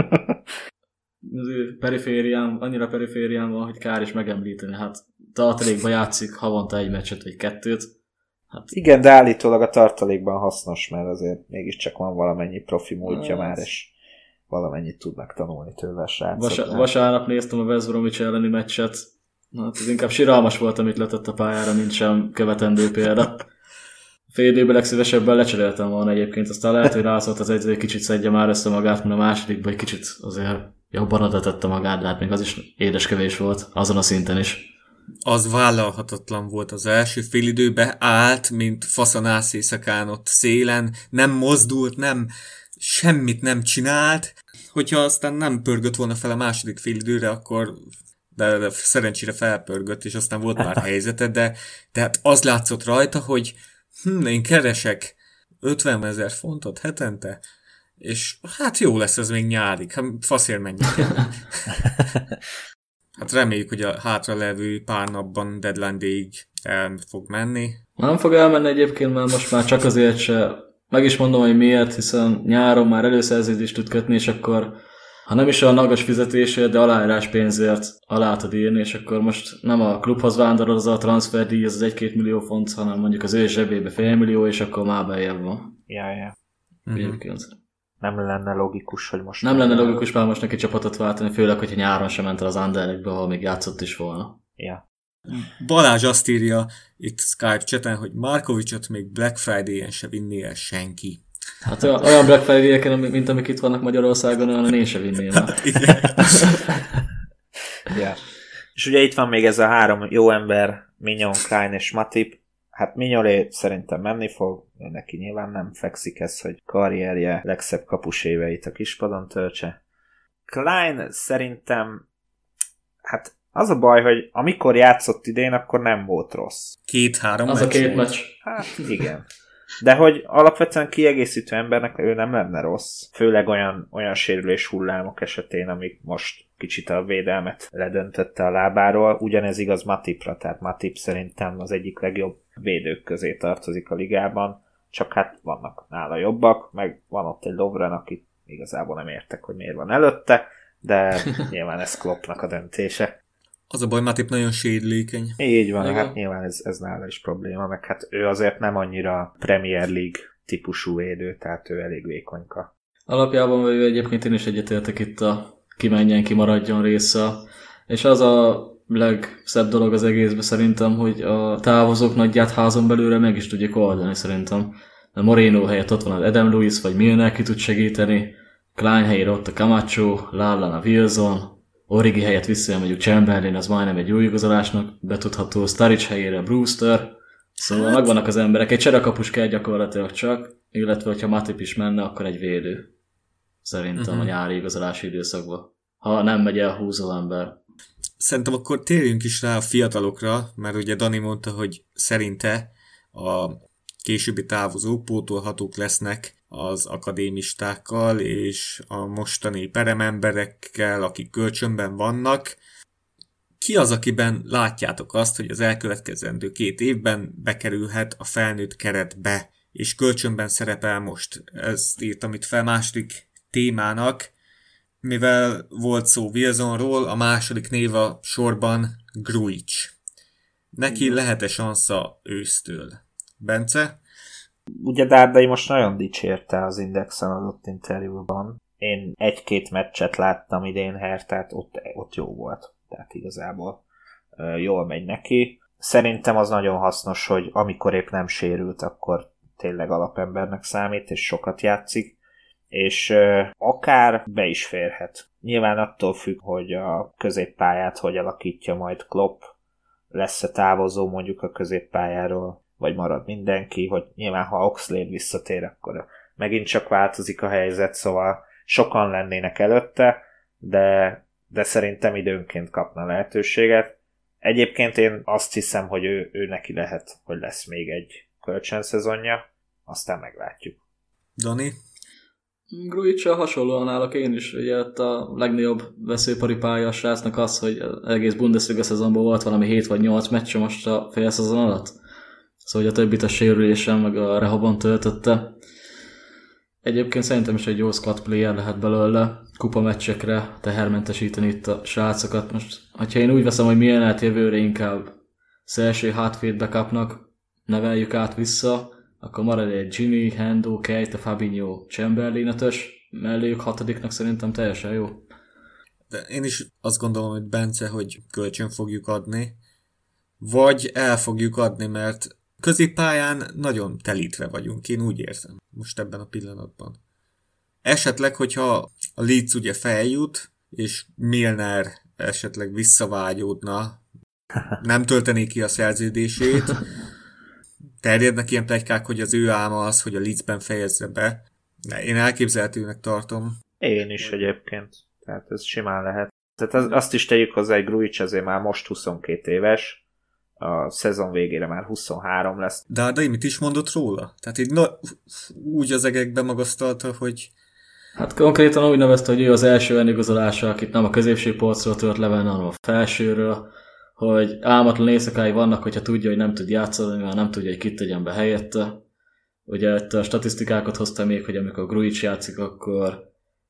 annyira periférián van, hogy kár is megemlíteni. Hát tartalékban játszik havonta egy meccset vagy 2. Hát... Igen, de állítólag a tartalékban hasznos, mert azért mégiscsak van valamennyi profi múltja már, és valamennyit tudnak tanulni tőle a srácok. Vasárnap néztem a West Bromwich elleni meccset. Hát ez inkább siralmas volt, amit letett a pályára, mint sem követendő példa. Fél időben legszívesebben lecseréltem volna egyébként, aztán lehet, hogy rászólt az edző, kicsit szedje már össze magát, mert a másodikban egy kicsit azért jobban adatette magát, de hát még az is édeskevés volt, azon a szinten is. Az vállalhatatlan volt az első félidőben, állt, mint faszanász éjszakán ott szélen, nem mozdult, semmit nem csinált. Hogyha aztán nem pörgött volna fel a második félidőre, akkor de szerencsére felpörgött, és aztán volt már helyzete, de hát az látszott rajta, hogy én keresek 50 000 fontot hetente, és hát jó lesz ez még nyárig, hát faszért menjünk el. Hát reméljük, hogy a hátralevő pár napban deadline day-ig el fog menni. Nem fog elmenni egyébként, mert most már csak azért se. Meg is mondom, hogy miért, hiszen nyáron már előszerződést tud kötni, és akkor ha nem is olyan magas fizetésért, de aláírás pénzért alá tud írni, és akkor most nem a klubhoz vándorol az a transferdíj, az 1-2 millió font, hanem mondjuk az ő zsebébe $500 000, és akkor már beljebb van. Ja. Egyébként. Nem lenne logikus, hogy most... Nem lenne logikus már most neki csapatot váltani, főleg, hogyha nyáron sem ment el az Anderlechtbe, ahol még játszott is volna. Ja. Balázs azt írja itt Skype chaten, hogy Markovicsot még Black Friday-en se vinné el senki. Hát olyan Black Friday-eken, mint amik itt vannak Magyarországon, olyan én se vinném el. Ja. És ugye itt van még ez a 3 jó ember, Mignon, Klein és Matip. Hát Mignolé szerintem menni fog, neki nyilván nem fekszik ez, hogy karrierje legszebb kapus éveit a kispadon töltse. Klein szerintem, hát az a baj, hogy amikor játszott idén, akkor nem volt rossz. 2-3 Az a 2 meccs. Hát igen. De hogy alapvetően kiegészítő embernek ő nem lenne rossz. Főleg olyan sérülés hullámok esetén, amik most kicsit a védelmet ledöntötte a lábáról. Ugyanez igaz Matipra, tehát Matip szerintem az egyik legjobb védők közé tartozik a ligában. Csak hát vannak nála jobbak, meg van ott egy Lovren, akit igazából nem értek, hogy miért van előtte, de nyilván ez Kloppnak a döntése. Az a baj, Matip nagyon sérülékeny. Így van, igen. Hát nyilván ez nála is probléma, meg hát ő azért nem annyira Premier League típusú védő, tehát ő elég vékonyka. Alapjában ő egyébként én is egyetértek itt a kimenjen, kimaradjon része, és az a legszebb dolog az egészben szerintem, hogy a távozók nagyját házon belőle meg is tudják oldani szerintem. A Moreno helyett ott van az Adam Lewis, vagy Milner ki tud segíteni, Klein helyére ott a Camacho, Lallana Wilson, Origi helyett visszajön mondjuk Chamberlain, az majdnem egy új igazolásnak betudható, Sturridge helyére Brewster, szóval megvannak az emberek, egy cserekapus kell gyakorlatilag csak, illetve hogyha Matip is menne, akkor egy védő. Szerintem a nyári igazolási időszakban. Ha nem megy el húzó ember. Szerintem akkor térjünk is rá a fiatalokra, mert ugye Dani mondta, hogy szerinte a későbbi távozók pótolhatók lesznek az akadémistákkal és a mostani perememberekkel, akik kölcsönben vannak. Ki az, akiben látjátok azt, hogy az elkövetkezendő 2 évben bekerülhet a felnőtt keretbe, és kölcsönben szerepel most? Ezt írtam itt fel második témának, mivel volt szó Wilsonról, a második név a sorban Grujic. Neki lehet-e sansza ősztől? Bence? Ugye Dárdai most nagyon dicsérte az Indexen adott interjúban. Én 1-2 meccset láttam idén Hertát, ott jó volt. Tehát igazából jól megy neki. Szerintem az nagyon hasznos, hogy amikor épp nem sérült, akkor tényleg alapembernek számít, és sokat játszik. És akár be is férhet. Nyilván attól függ, hogy a középpályát hogy alakítja majd Klopp, lesz-e távozó mondjuk a középpályáról, vagy marad mindenki, hogy nyilván ha Oxlade visszatér, akkor megint csak változik a helyzet, szóval sokan lennének előtte, de szerintem időnként kapna lehetőséget. Egyébként én azt hiszem, hogy ő neki lehet, hogy lesz még egy kölcsönszezonja, aztán meglátjuk. Dani? Grujic-sal hasonlóan állok én is, ugye a legnagyobb veszőparipája a srácnak az, hogy egész Bundesliga szezonban volt valami 7 vagy 8 meccse most a félszezon alatt. Szóval hogy a többit a sérülésen, meg a rehabon töltötte. Egyébként szerintem is egy jó squad player lehet belőle, kupa meccsekre tehermentesíteni itt a srácokat. Most, ha én úgy veszem, hogy milyen lehet jövőre inkább szélső hátvéd bekapnak, neveljük át vissza, akkor marad egy Gini, Hendo, Keita, Fabinho, Chamberlain ötös, melléjük 6-nak szerintem teljesen jó. De én is azt gondolom, hogy Bence, hogy kölcsön fogjuk adni, vagy el fogjuk adni, mert középpályán nagyon telítve vagyunk, én úgy érzem, most ebben a pillanatban. Esetleg, hogyha a Leeds ugye feljut, és Milner esetleg visszavágyódna, nem töltené ki a szerződését, terjednek ilyen pletykák, hogy az ő álma az, hogy a Leedsben fejezze be. Én elképzelhetőnek tartom. Én is egyébként, tehát ez simán lehet. Tehát azt is tegyük hozzá, hogy Grujic azért már most 22 éves, a szezon végére már 23 lesz. De mit is mondott róla? Tehát így úgy az egekbe magasztalta, hogy... Hát konkrétan úgy nevezte, hogy ő az első olyan igazolása, akit nem a középső polcról tört levenni, hanem a felsőről, hogy álmatlan éjszakái vannak, hogyha tudja, hogy nem tud játszani, mert nem tudja, hogy kit tegyen be helyette. Ugye itt a statisztikákat hoztam még, hogy amikor Grujic játszik, akkor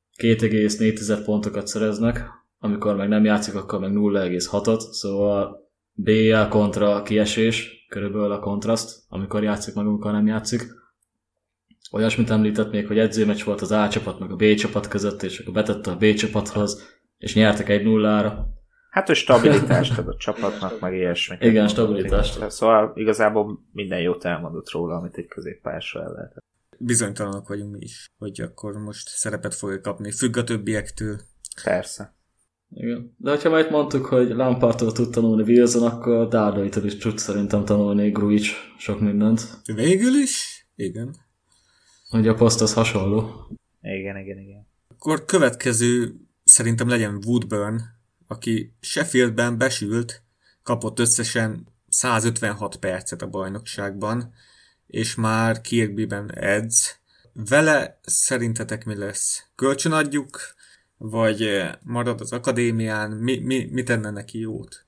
2,4 pontokat szereznek, amikor meg nem játszik, akkor meg 0,6-ot, szóval BL kontra kiesés, körülbelül a kontraszt, amikor játszik meg, amikor nem játszik. Olyasmit említett még, hogy edzőmeccs volt az A csapat meg a B csapat között, és akkor betette a B csapathoz, és nyertek 1-0-ra. Hát, hogy stabilitást ad a csapatnak, meg ilyesmi. Igen, stabilitást. Szóval igazából minden jót elmondott róla, amit egy középpályásra el lehet. Bizonytalanok vagyunk mi is, hogy akkor most szerepet fogja kapni. Függ a többiektől. Persze. Igen. De ha már itt mondtuk, hogy Lampardtól tud tanulni Wilson, akkor Dardaitől is tud szerintem tanulni Grujic sok mindent. Végül is? Igen. Ugye a poszt az hasonló. Igen. Akkor következő szerintem legyen Woodburn, aki Sheffieldben besült, kapott összesen 156 percet a bajnokságban, és már Kirkbyben edz. Vele szerintetek mi lesz? Kölcsönadjuk, vagy marad az akadémián? Mi tenne neki jót?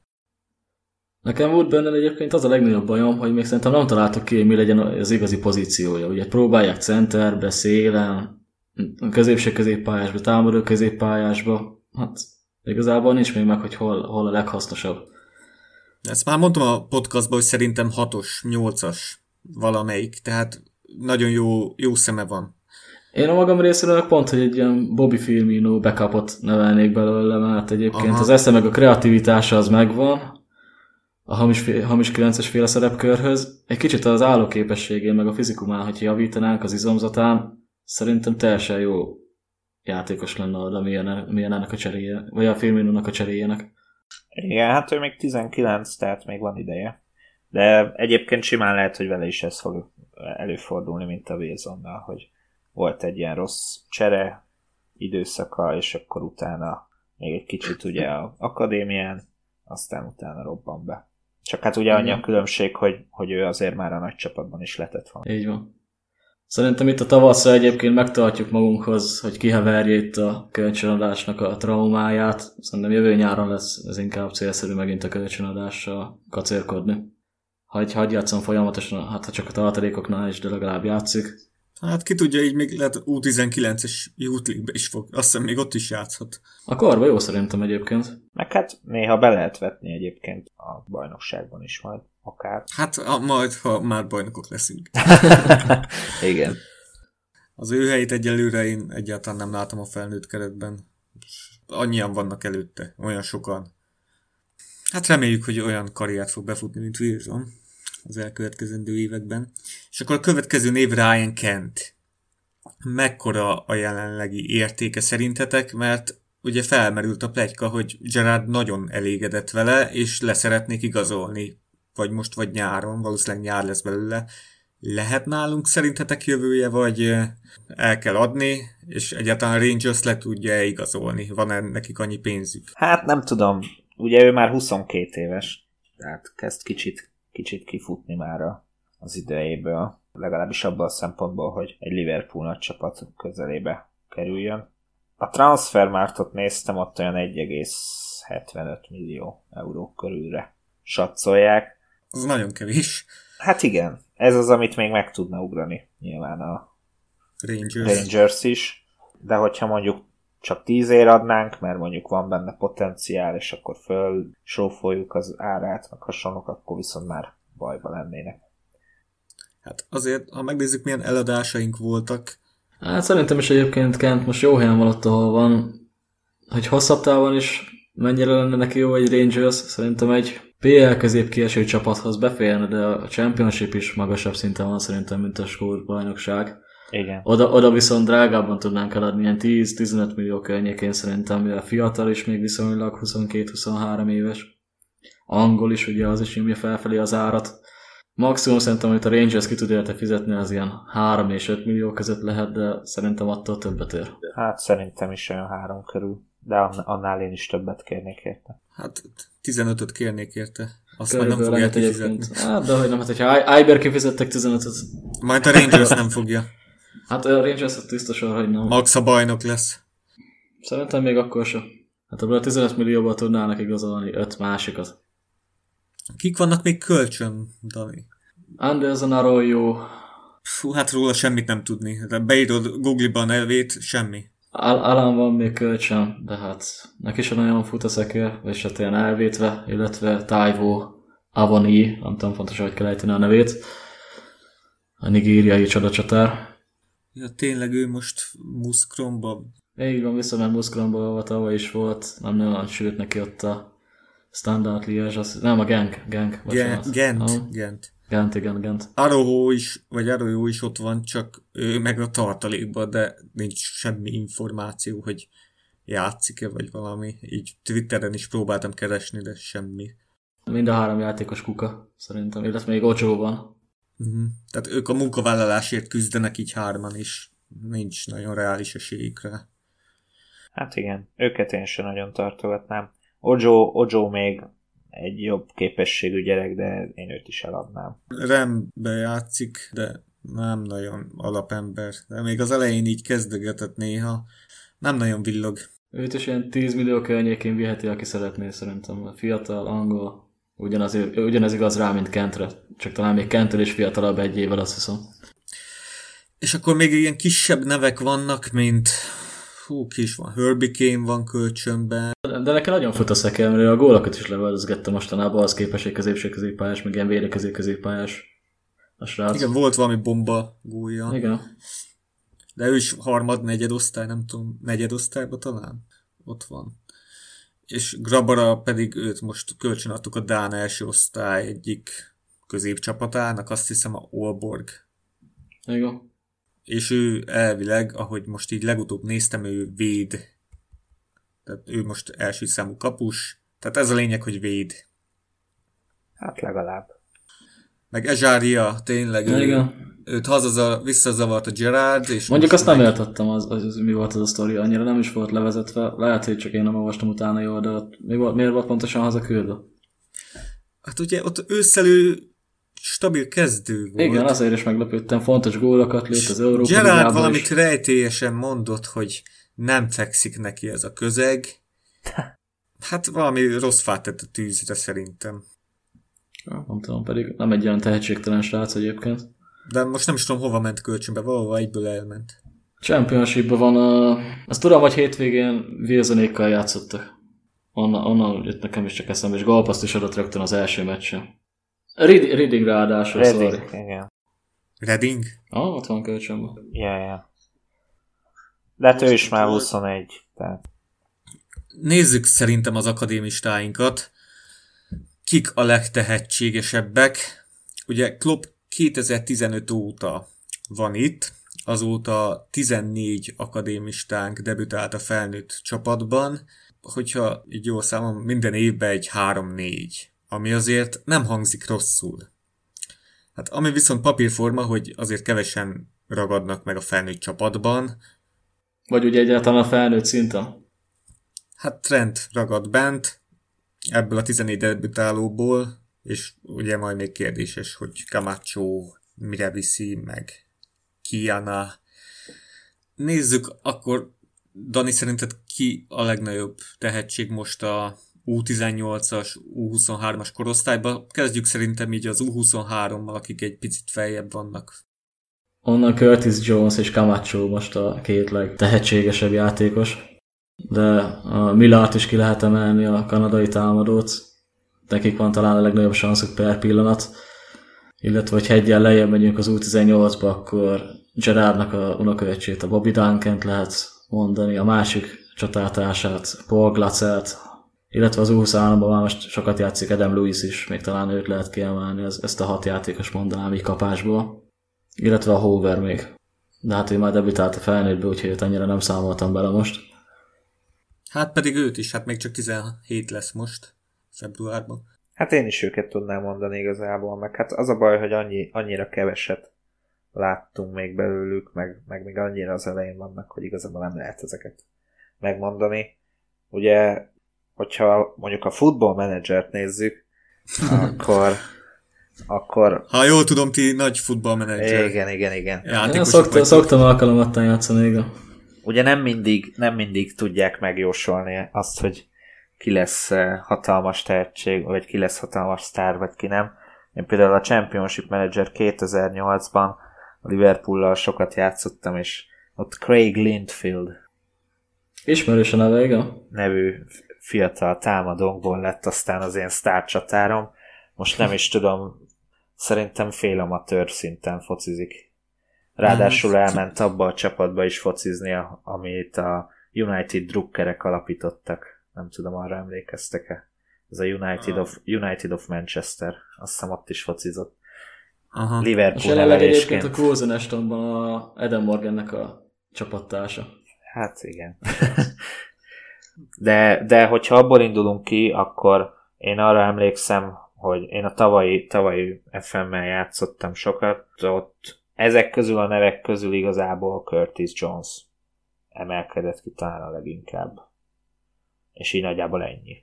Nekem Woodburn egyébként az a legnagyobb bajom, hogy még szerintem nem találtak ki, hogy mi legyen az igazi pozíciója. Ugye próbálják centerbe, szélen, középső-középpályásba, támadó középpályásba. Hát igazából nincs még meg, hogy hol a leghasznosabb. Ezt már mondtam a podcastban, hogy szerintem 6-os, 8-as valamelyik, tehát nagyon jó szeme van. Én a magam részéről pont, hogy egy ilyen Bobby Firmino backupot nevelnék belőle, mert egyébként az esze meg a kreativitása az megvan, a hamis 9-es féle szerepkörhöz. Egy kicsit az állóképességén, meg a fizikumán, hogy javítanánk az izomzatán, szerintem teljesen jó játékos lenne oda, milyen ennek a cseréje, vagy a Firminónak a cseréjének. Igen, hát ő még 19, tehát még van ideje. De egyébként simán lehet, hogy vele is ez fog előfordulni, mint a Wilsonnal, hogy volt egy ilyen rossz csere időszaka, és akkor utána még egy kicsit ugye az akadémián, aztán utána robban be. Csak hát ugye annyi a különbség, hogy ő azért már a nagy csapatban is letett volna. Így van. Szerintem itt a tavasszal egyébként megtartjuk magunkhoz, hogy kiheverje itt a kölcsönadásnak a traumáját. Szerintem jövő nyáron lesz ez inkább célszerű megint a kölcsönadással kacérkodni. Hagy játszom folyamatosan, hát ha csak a tartalékoknál is, de legalább játszik. Hát ki tudja, így még lehet U19-es Youth League-be is fog. Azt hiszem még ott is játszhat. A korba jó szerintem egyébként. Meg hát néha be lehet vetni egyébként a bajnokságban is majd, akár. Hát majd, ha már bajnokok leszünk. Igen. Az ő helyét egyelőre én egyáltalán nem látom a felnőtt keretben. Annyian vannak előtte, olyan sokan. Hát reméljük, hogy olyan karriert fog befutni, mint Wilson az elkövetkezendő években. És akkor a következő név Ryan Kent. Mekkora a jelenlegi értéke szerintetek? Mert ugye felmerült a pletyka, hogy Gerrard nagyon elégedett vele, és leszeretnék igazolni. Vagy most, vagy nyáron, valószínűleg nyár lesz belőle. Lehet nálunk szerintetek jövője, vagy el kell adni, és egyáltalán Rangers le tudja igazolni? Van-e nekik annyi pénzük? Hát nem tudom. Ugye ő már 22 éves, tehát kezd kicsit kifutni már az idejéből. Legalábbis abban a szempontból, hogy egy Liverpool nagy csapat közelébe kerüljön. A transfermártot néztem, ott olyan 1,75 millió euró körülre satszolják. Az nagyon kevés. Hát igen, ez az, amit még meg tudna ugrani nyilván a Rangers is. De hogyha mondjuk csak 10 ér adnánk, mert mondjuk van benne potenciál, és akkor fölsófoljuk az árát, meg hasonlók, akkor viszont már bajba lennének. Hát azért, ha megnézzük, milyen eladásaink voltak. Hát szerintem is egyébként Kent most jó helyen van ott, ahol van. Hogy hosszabb távon is mennyire lenne neki jó egy Rangers, szerintem egy PL közép kieső csapathoz beférne, de a Championship is magasabb szinten van szerintem, mint a skót bajnokság. Igen. Oda viszont drágábban tudnánk eladni, ilyen 10-15 millió környékén szerintem, mivel fiatal is még viszonylag 22-23 éves. Angol is, ugye az is nyomja felfelé az árat. Maximum szerintem, amit a Rangers ki tud érte fizetni, az ilyen 3 és 5 millió között lehet, de szerintem attól többet ér. Hát szerintem is olyan 3 körül, de annál én is többet kérnék érte. Hát 15-öt kérnék érte. Azt már nem fogják kifizetni. Hát, de hogy nem, hát hogyha Iber kifizettek 15-öt. Majd a Rangers nem fogja. Hát a Rangers biztosan, hogy nem. Max a bajnok lesz. Szerintem még akkor sem. Hát abban a 15 millióban tudnának igazolni 5 másikat. Kik vannak még kölcsön, Dani? Anderson Arroyo. Fú, hát róla semmit nem tudni. De beírod Google-ba a nevét, semmi. Alan van még kölcsön, de hát neki sem nagyon fut a szekér, és hát ilyen elvétve, illetve Taiwo Avoni, nem tudom pontosan, hogy kell ejteni a nevét. A nigériai csodacsatár. Ja, tényleg ő most Muskromba. Így van, visszament Muskromba, ahol tavaly is volt. Nem nagyon sült neki ott a Standard Liège, nem a Genk. Gent. Arroyo is ott van, csak ő meg a tartalékban, de nincs semmi információ, hogy játszik-e, vagy valami. Így Twitteren is próbáltam keresni, de semmi. Mind a 3 játékos kuka, szerintem, illetve még Ocho van. Tehát ők a munkavállalásért küzdenek így 3-an is. Nincs nagyon reális esélyük rá. Hát igen, őket én sem nagyon tartogatnám. Ojo még egy jobb képességű gyerek, de én őt is eladnám. Rembe játszik, de nem nagyon alapember. De még az elején így kezdegetett néha. Nem nagyon villog. Őt is ilyen 10 millió környékén viheti, aki szeretné szerintem. Fiatal, angol. Ugyanez igaz rá, mint Kentre. Csak talán még Kentől is fiatalabb egy évvel, azt hiszem. És akkor még ilyen kisebb nevek vannak, mint ki is van, Herbie Kane van kölcsönben. De nekem nagyon fut a szekem, mert a gólokat is leveldezgette mostanában, az képes egy középső-középpályás, meg ilyen védekező-középpályás a srác. Igen, volt valami bomba gólja. Igen. De ő is harmad, negyedosztály, nem tudom, negyedosztályban talán? Ott van. És Grabara pedig őt most kölcsönadtuk a Dán első osztály egyik középcsapatának, azt hiszem a Aalborg. Igen. És ő elvileg, ahogy most így legutóbb néztem, ő véd. Tehát ő most első számú kapus. Tehát ez a lényeg, hogy véd. Hát legalább. Meg Ezsária, tényleg őt visszazavart a Gerard. És mondjuk azt nem értettem, az mi volt az a sztori, annyira nem is volt levezetve. Lehet, hogy csak én nem olvastam utána jól, de miért volt pontosan hazaküldve? Hát ugye ott ősszel ő stabil kezdő volt. Igen, azért is meglepődtem, fontos gólokat lőtt az Európa Gerard Ligában valamit is. rejtélyesen mondott, hogy nem fekszik neki ez a közeg. Hát valami rossz fát tett a tűzre szerintem. Nem tudom, pedig nem egy olyan tehetségtelen srác egyébként. De most nem is tudom, hova ment kölcsönbe, valahol egyből elment. Championshipban van azt tudom, hogy hétvégén Wilsonékkal játszottak. Onnan jött nekem is csak eszembe, és gólpasszt is adott rögtön az első meccsen. Reading ráadásul, sorry. Igen. Reading? Ott van kölcsönben. Ja. De hát ő is már 21. Tehát. Nézzük szerintem az akadémistáinkat. Kik a legtehetségesebbek? Ugye Klopp 2015 óta van itt, azóta 14 akadémistánk debütált a felnőtt csapatban, hogyha így jól számom, minden évben egy 3-4, ami azért nem hangzik rosszul. Hát ami viszont papírforma, hogy azért kevesen ragadnak meg a felnőtt csapatban. Vagy ugye egyáltalán a felnőtt szinten? Hát Trent ragad bent, ebből a 14 debütálóból, és ugye majd még kérdéses, hogy Camacho mire viszi, meg Kiana. Nézzük akkor, Dani, szerinted ki a legnagyobb tehetség most a U18-as, U23-as korosztályban? Kezdjük szerintem így az U23-mal, akik egy picit feljebb vannak. Onnan Curtis Jones és Camacho most a két legtehetségesebb játékos. De a Millart is ki lehet emelni, a kanadai támadót. Nekik van talán a legnagyobb sanszuk per pillanat. Illetve, hogy hegyen lejjebb megyünk az U18-ba, akkor Gerardnak a unokaöccsét, a Bobby Duncant lehet mondani, a másik csatártársát, Paul Glatzert, illetve az U23-ban már most sokat játszik Adam Lewis is, még talán őt lehet kiemelni, ezt a 6 játékos mondanám így kapásból. Illetve a Hoover még. De hát ő már debütált a felnőttbe, úgyhogy őt annyira nem számoltam bele most. Hát pedig őt is, hát még csak 17 lesz most, februárban. Hát én is őket tudnám mondani igazából, meg hát az a baj, hogy annyira keveset láttunk még belőlük, meg még annyira az elején vannak, hogy igazából nem lehet ezeket megmondani. Ugye, hogyha mondjuk a Football Managert nézzük, akkor... Ha jól tudom, ti nagy futballmenedzser. Igen. Én szoktam alkalomattán játszani, igen. Ugye nem mindig tudják megjósolni azt, hogy ki lesz hatalmas tehetség, vagy ki lesz hatalmas sztár, vagy ki nem. Én például a Championship Manager 2008-ban a Liverpoollal sokat játszottam, és ott Craig Linfield ismerős a neve, igen. nevű fiatal támadónkból lett aztán az én sztárcsatárom. Most nem is tudom, szerintem félamatőr szinten focizik. Ráadásul elment abba a csapatba is focizni, amit a United drukkerek alapítottak. Nem tudom, arra emlékeztek-e? Ez a United of Manchester. Azt hiszem ott is focizott. Aha. Liverpool és jelenleg egyébként nevelésként. a Cruisen Estonban a Adam Morgannek a csapattársa. Hát igen. De hogyha abból indulunk ki, akkor én arra emlékszem, hogy én a tavalyi FM-mel játszottam sokat, ott ezek közül a nevek közül igazából Curtis Jones emelkedett ki talán a leginkább. És így nagyjából ennyi.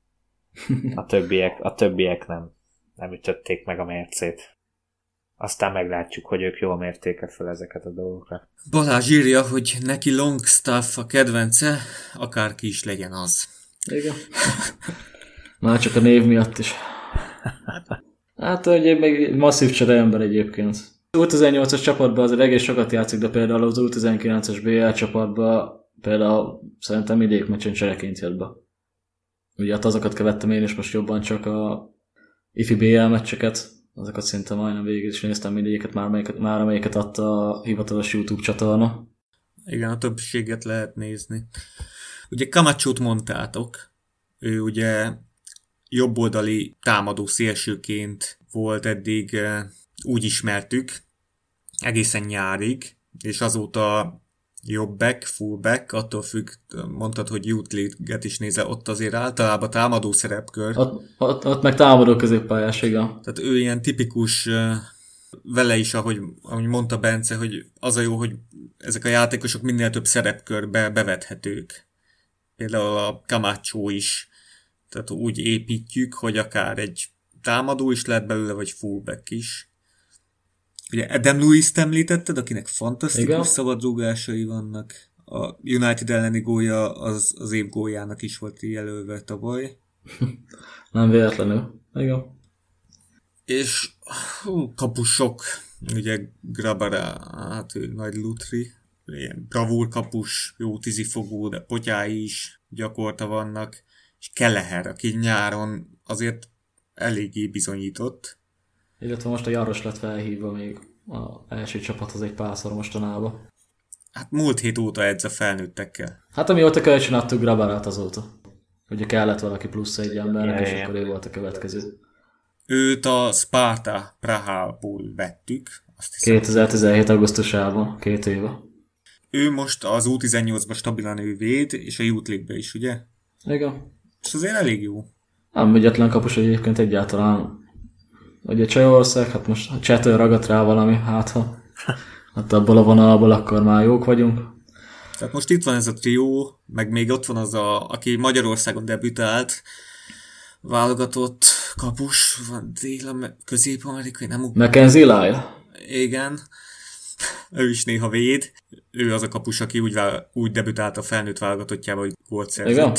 A többiek nem ütötték meg a mércét. Aztán meglátjuk, hogy ők jól mérték fel ezeket a dolgokat. Balázs írja, hogy neki Longstaff a kedvence, akárki is legyen az. Igen. Már csak a név miatt is. Hát, hogy meg masszív csere ember egyébként. Az U18-as csapatban azért egész sokat játszik, de például az U19-es BL csapatban például szerintem idékmeccsen csereként jött be. Ugye hát azokat követtem én is most jobban, csak a ifi BL meccseket, azokat szinte majdnem végig is néztem mindegyiket, már amelyiket adta a hivatalos YouTube csatorna. Igen, a többséget lehet nézni. Ugye Camachót mondtátok, ő ugye jobboldali támadó szélsőként volt eddig, úgy ismertük, egészen nyárig, és azóta jobbback, fullback, attól függ, mondtad, hogy Youth League-et is nézel, ott azért általában támadó szerepkör. Ott meg támadó középpályás, igen. Tehát ő ilyen tipikus, vele is, ahogy mondta Bence, hogy az a jó, hogy ezek a játékosok minél több szerepkörbe bevethetők. Például a Camacho is. Tehát úgy építjük, hogy akár egy támadó is lehet belőle, vagy fullback is. Ugye Adam Lewis-t említetted, akinek fantasztikus szabadrúgásai vannak. A United elleni gólja az év góljának is volt jelölve tavaly. Nem véletlenül. Igen. És kapusok, ugye Grabara, hát ő nagy lutri, ilyen bravúr kapus, jó tízifogó, de potyái is gyakorta vannak, és Kelleher, aki nyáron azért eléggé bizonyított. Illetve most a Jaros lett felhívva még az első csapathoz egy párszor mostanában. Hát múlt hét óta edz a felnőttekkel. Hát amióta kölcsön adtuk Grabarát azóta. Ugye kellett valaki plusz egy embernek, és akkor ő volt a következő. Őt a Sparta Prahából vettük. Azt hiszem, 2017. augusztusában, 2 éve. Ő most az U18-ban stabilan ő véd, és a Youth League-be is, ugye? Igen. És azért elég jó. Nem ügyetlen kapus egyébként egyáltalán. Ugye Csajország, hát most a Csetől ragadt rá valami, hát abból a vonalból akkor már jók vagyunk. Tehát most itt van ez a trió, meg még ott van az, aki Magyarországon debütált, válogatott kapus, van közép-amerikai, nem Mackenzie Lyle. Igen, ő is néha véd. Ő az a kapus, aki úgy debütált a felnőtt válogatottjába, hogy gólt szerzett.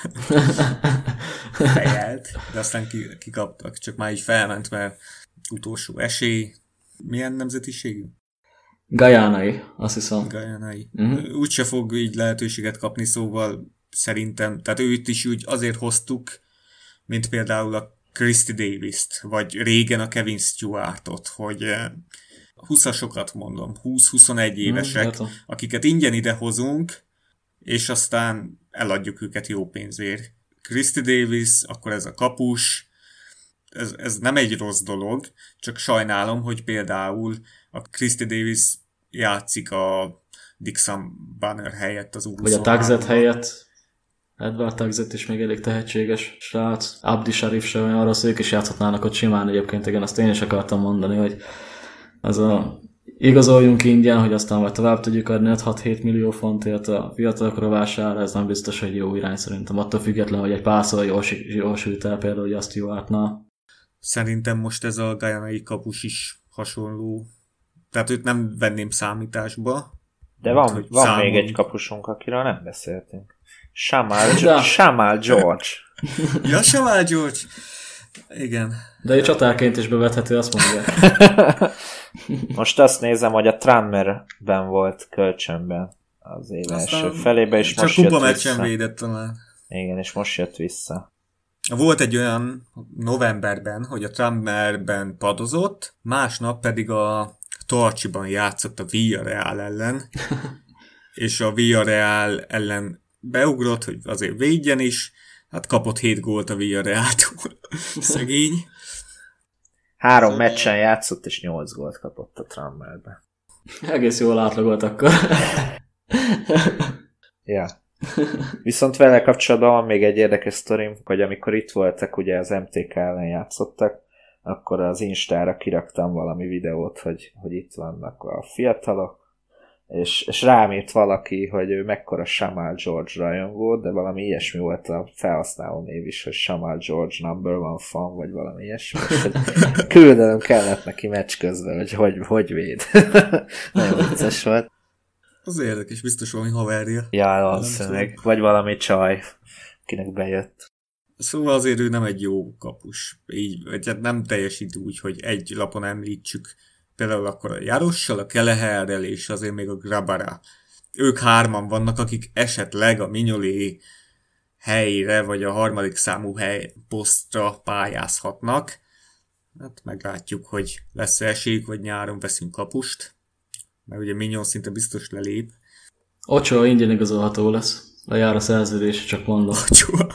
Fejelt, de aztán kikaptak, csak már így felment, mert utolsó esély. Milyen nemzetiségű? Gajánai, azt hiszem. Gajánai. Úgyse fog így lehetőséget kapni, szóval szerintem, tehát őt is úgy azért hoztuk, mint például a Christy Davis-t, vagy régen a Kevin Stewartot, hogy 20-asokat mondom, 20-21 évesek, akiket ingyen idehozunk, és aztán eladjuk őket jó pénzért. Christy Davis, akkor ez a kapus, ez nem egy rossz dolog, csak sajnálom, hogy például a Christy Davis játszik a Dixon Banner helyett az U23-ban. Vagy a Tagzet helyett. Edward Tagzet is még elég tehetséges srác. Abdi Sharif sem olyan rossz, ők is játszhatnának ott simán egyébként, igen, azt én is akartam mondani, hogy az a igazoljunk ingyen, hogy aztán majd tovább tudjuk adni 6-7 millió fontért a fiatalok rovására, ez nem biztos, hogy jó irány szerintem. Attól független, hogy egy párszor jól sült el például, hogy azt jó átna. Szerintem most ez a gajánai kapus is hasonló. Tehát őt nem venném számításba. De van még egy kapusunk, akiről nem beszéltünk. Shamal George. Ja, Shamal George. Igen. De ő csatárként is bevethető, azt mondja. Most azt nézem, hogy a Tranmerben volt kölcsönben az év első felébe, és most jött vissza. Csak kupameccsen védett talán. Igen, és most jött vissza. Volt egy olyan novemberben, hogy a Tranmerben padozott, másnap pedig a Torcsiban játszott a Villarreal ellen, és a Villarreal ellen beugrott, hogy azért védjen is, hát kapott 7 gólt a Villarreal-tól. Szegény. 3 meccsen játszott, és 8 gólt kapott a Tranmerbe. Egész jól átlagolt akkor. Ja. Viszont vele kapcsolatban van még egy érdekes sztorim, hogy amikor itt voltak, ugye az MTK ellen játszottak, akkor az Instára kiraktam valami videót, hogy itt vannak a fiatalok, és rám írt valaki, hogy ő mekkora Shamal George rajongó, de valami ilyesmi volt a felhasználó név is, hogy Shamal George number one fan, vagy valami ilyesmi, és hogy küldenem kellett neki meccs közben, hogy véd. Nagyon vicces volt. Az érdekes, biztos valami haverja. Ja, valószínűleg. Vagy valami csaj, kinek bejött. Szóval azért ő nem egy jó kapus. Így, vagy hát nem teljesít úgy, hogy egy lapon említsük. Például akkor a Jarossal, a Keleherrel és azért még a Grabara. Ők hárman vannak, akik esetleg a Mignolé helyre, vagy a harmadik számú posztra pályázhatnak. Hát meglátjuk, hogy lesz esélyük, vagy nyáron veszünk kapust. Mert ugye Mignon szinte biztos lelép. Ochoa ingyen igazolható lesz. Lejár a szerződés, csak mondom. Ochoa.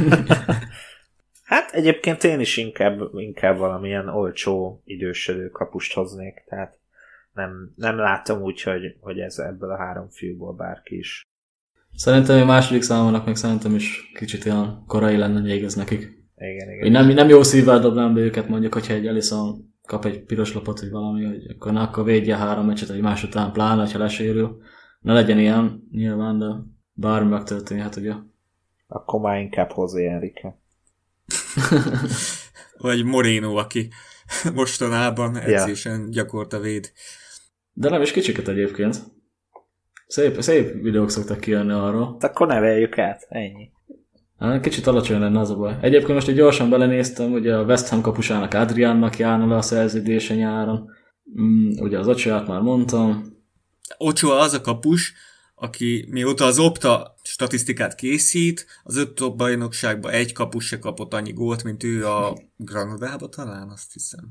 Hát egyébként én is inkább valamilyen olcsó idősödő kapust hoznék, tehát nem látom úgy, hogy ez ebből a három fiúból bárki is. Szerintem a második számának meg szerintem is kicsit olyan korai lenne még ez nekik. Igen. Nem jó szívvel dobnám be őket, mondjuk, hogyha egy Alisson kap egy piros lapot, vagy valami, hogy akkor védje 3 meccset egymás után, pláne, ha lesérül. Ne legyen ilyen, nyilván, de bármi megtörténhet, ugye. Akkor már inkább José Enrique. Vagy Moreno, aki mostanában edzésen gyakorta véd. De nem is kicsiket egyébként. Szép videók szoktak kijönni arról. Akkor neveljük át, ennyi. Kicsit alacsony lenne az a baj. Egyébként most egy gyorsan belenéztem, ugye a West Ham kapusának Adriánnak járna le a szerződése nyáron. Ugye az Ochoát már mondtam. Ochoa az a kapus, aki mióta az Opta statisztikát készít, az 5 top bajnokságban egy kapus se kapott annyi gólt, mint ő a Granadába talán, azt hiszem.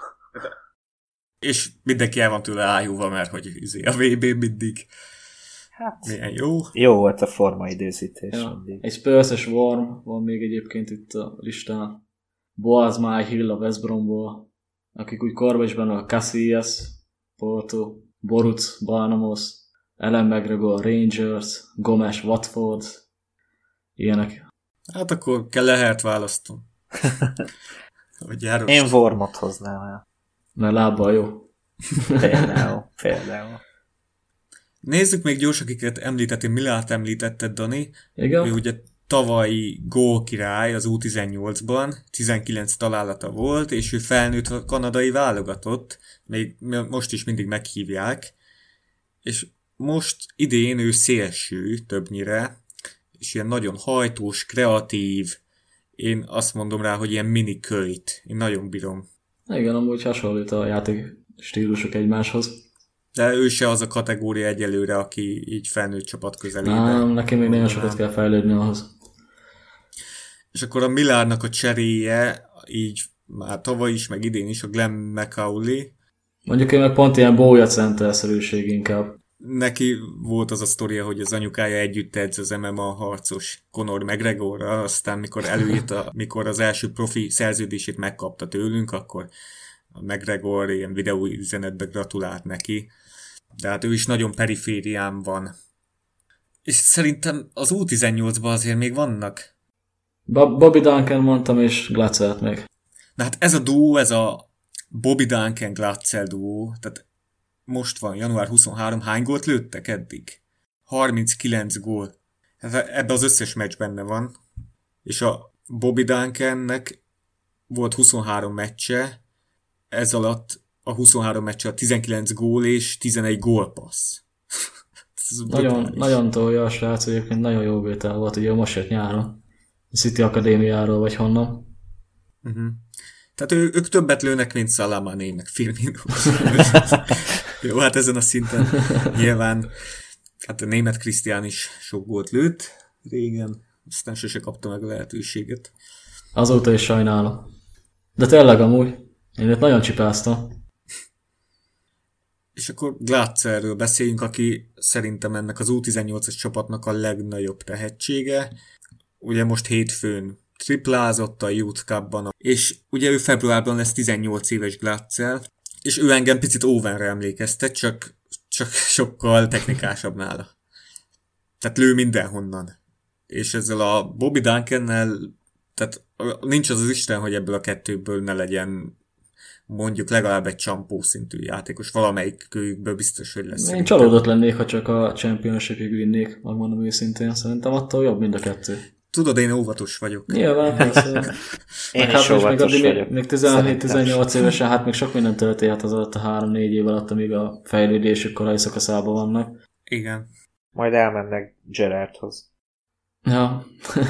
És mindenki el van tőle ájúva, mert hogy a VB mindig milyen jó. Jó volt a formaidőzítés. Ja. Egy Spurs-es Worm van még egyébként itt a listán. Boaz Myhill a West Bromból, akik úgy korba is benne a Casillas, Porto, Boruc, Barnamos, Ellen McGregor, Rangers, Gomes, Watford, ilyenek. Hát akkor Kelehert választom. Én Wormot hoznám el. Mert lábbal jó. Például. Nézzük még gyors, akiket említettél. Milát említetted, Dani. Igen. Ő ugye tavalyi gólkirály az U18-ban, 19 találata volt, és ő felnőtt a kanadai válogatott, még most is mindig meghívják, és most idén ő szélső többnyire, és ilyen nagyon hajtós, kreatív, én azt mondom rá, hogy ilyen mini kölyt. Én nagyon bírom. Igen, amúgy hasonlít a játék stílusok egymáshoz. De ő se az a kategória egyelőre, aki így felnőtt csapat közelében. Neki még nagyon sokat kell fejlődni ahhoz. És akkor a Milárnak a cseréje, így már tavaly is, meg idén is, a Glenn McAuley. Mondjuk én meg pont ilyen bója centerszerűség inkább. Neki volt az a sztoria, hogy az anyukája együtt edz az MMA harcos Conor McGregorral, aztán mikor az első profi szerződését megkapta tőlünk, akkor a McGregor ilyen videóüzenetbe gratulált neki. De hát ő is nagyon periférián van. És szerintem az U18-ban azért még vannak. Bobby Duncan mondtam, és Glatzelt még. Na hát ez a duó, ez a Bobby Duncan Glatzel duó, tehát most van, január 23, hány gólt lőttek eddig? 39 gól. Ebbe az összes meccs benne van. És a Bobby Duncannek volt 23 meccse, ez alatt a 23 meccse a 19 gól és 11 gólpassz. Nagyon tolja a srác, egyébként nagyon jó vétel volt, ugye most jött nyáron. A City Akadémiáról vagy honnan. Uh-huh. Tehát ők többet lőnek, mint Salamane, meg Firmino. Jó, hát ezen a szinten nyilván hát a német Krisztián is sok gólt lőtt régen, aztán sose kapta meg a lehetőséget. Azóta is sajnálom. De tényleg amúgy, én itt nagyon csipáztam. És akkor Glatzerről beszéljünk, aki szerintem ennek az U18-as csapatnak a legnagyobb tehetsége. Ugye most hétfőn triplázott a Youth Cup-ban, és ugye ő februárban lesz 18 éves Glatzel, és ő engem picit Owenre emlékeztet, csak sokkal technikásabb nála. Tehát lő mindenhonnan. És ezzel a Bobby Duncannel, tehát nincs az Isten, hogy ebből a kettőből ne legyen mondjuk legalább egy csampó szintű játékos. Valamelyik kölyükből biztos, hogy lesz. Én csalódott lennék, ha csak a Championship-ig vinnék, megmondom őszintén. Szerintem attól jobb mind a kettő. Tudod, én óvatos vagyok. Nyilván, persze. Én is óvatos vagyok. Még 17-18 évesen, hát még sok minden történhet az alatt a 3-4 év alatt, amíg a fejlődésük korai szakaszában vannak. Igen. Majd elmennek Gerrardhoz. Ja.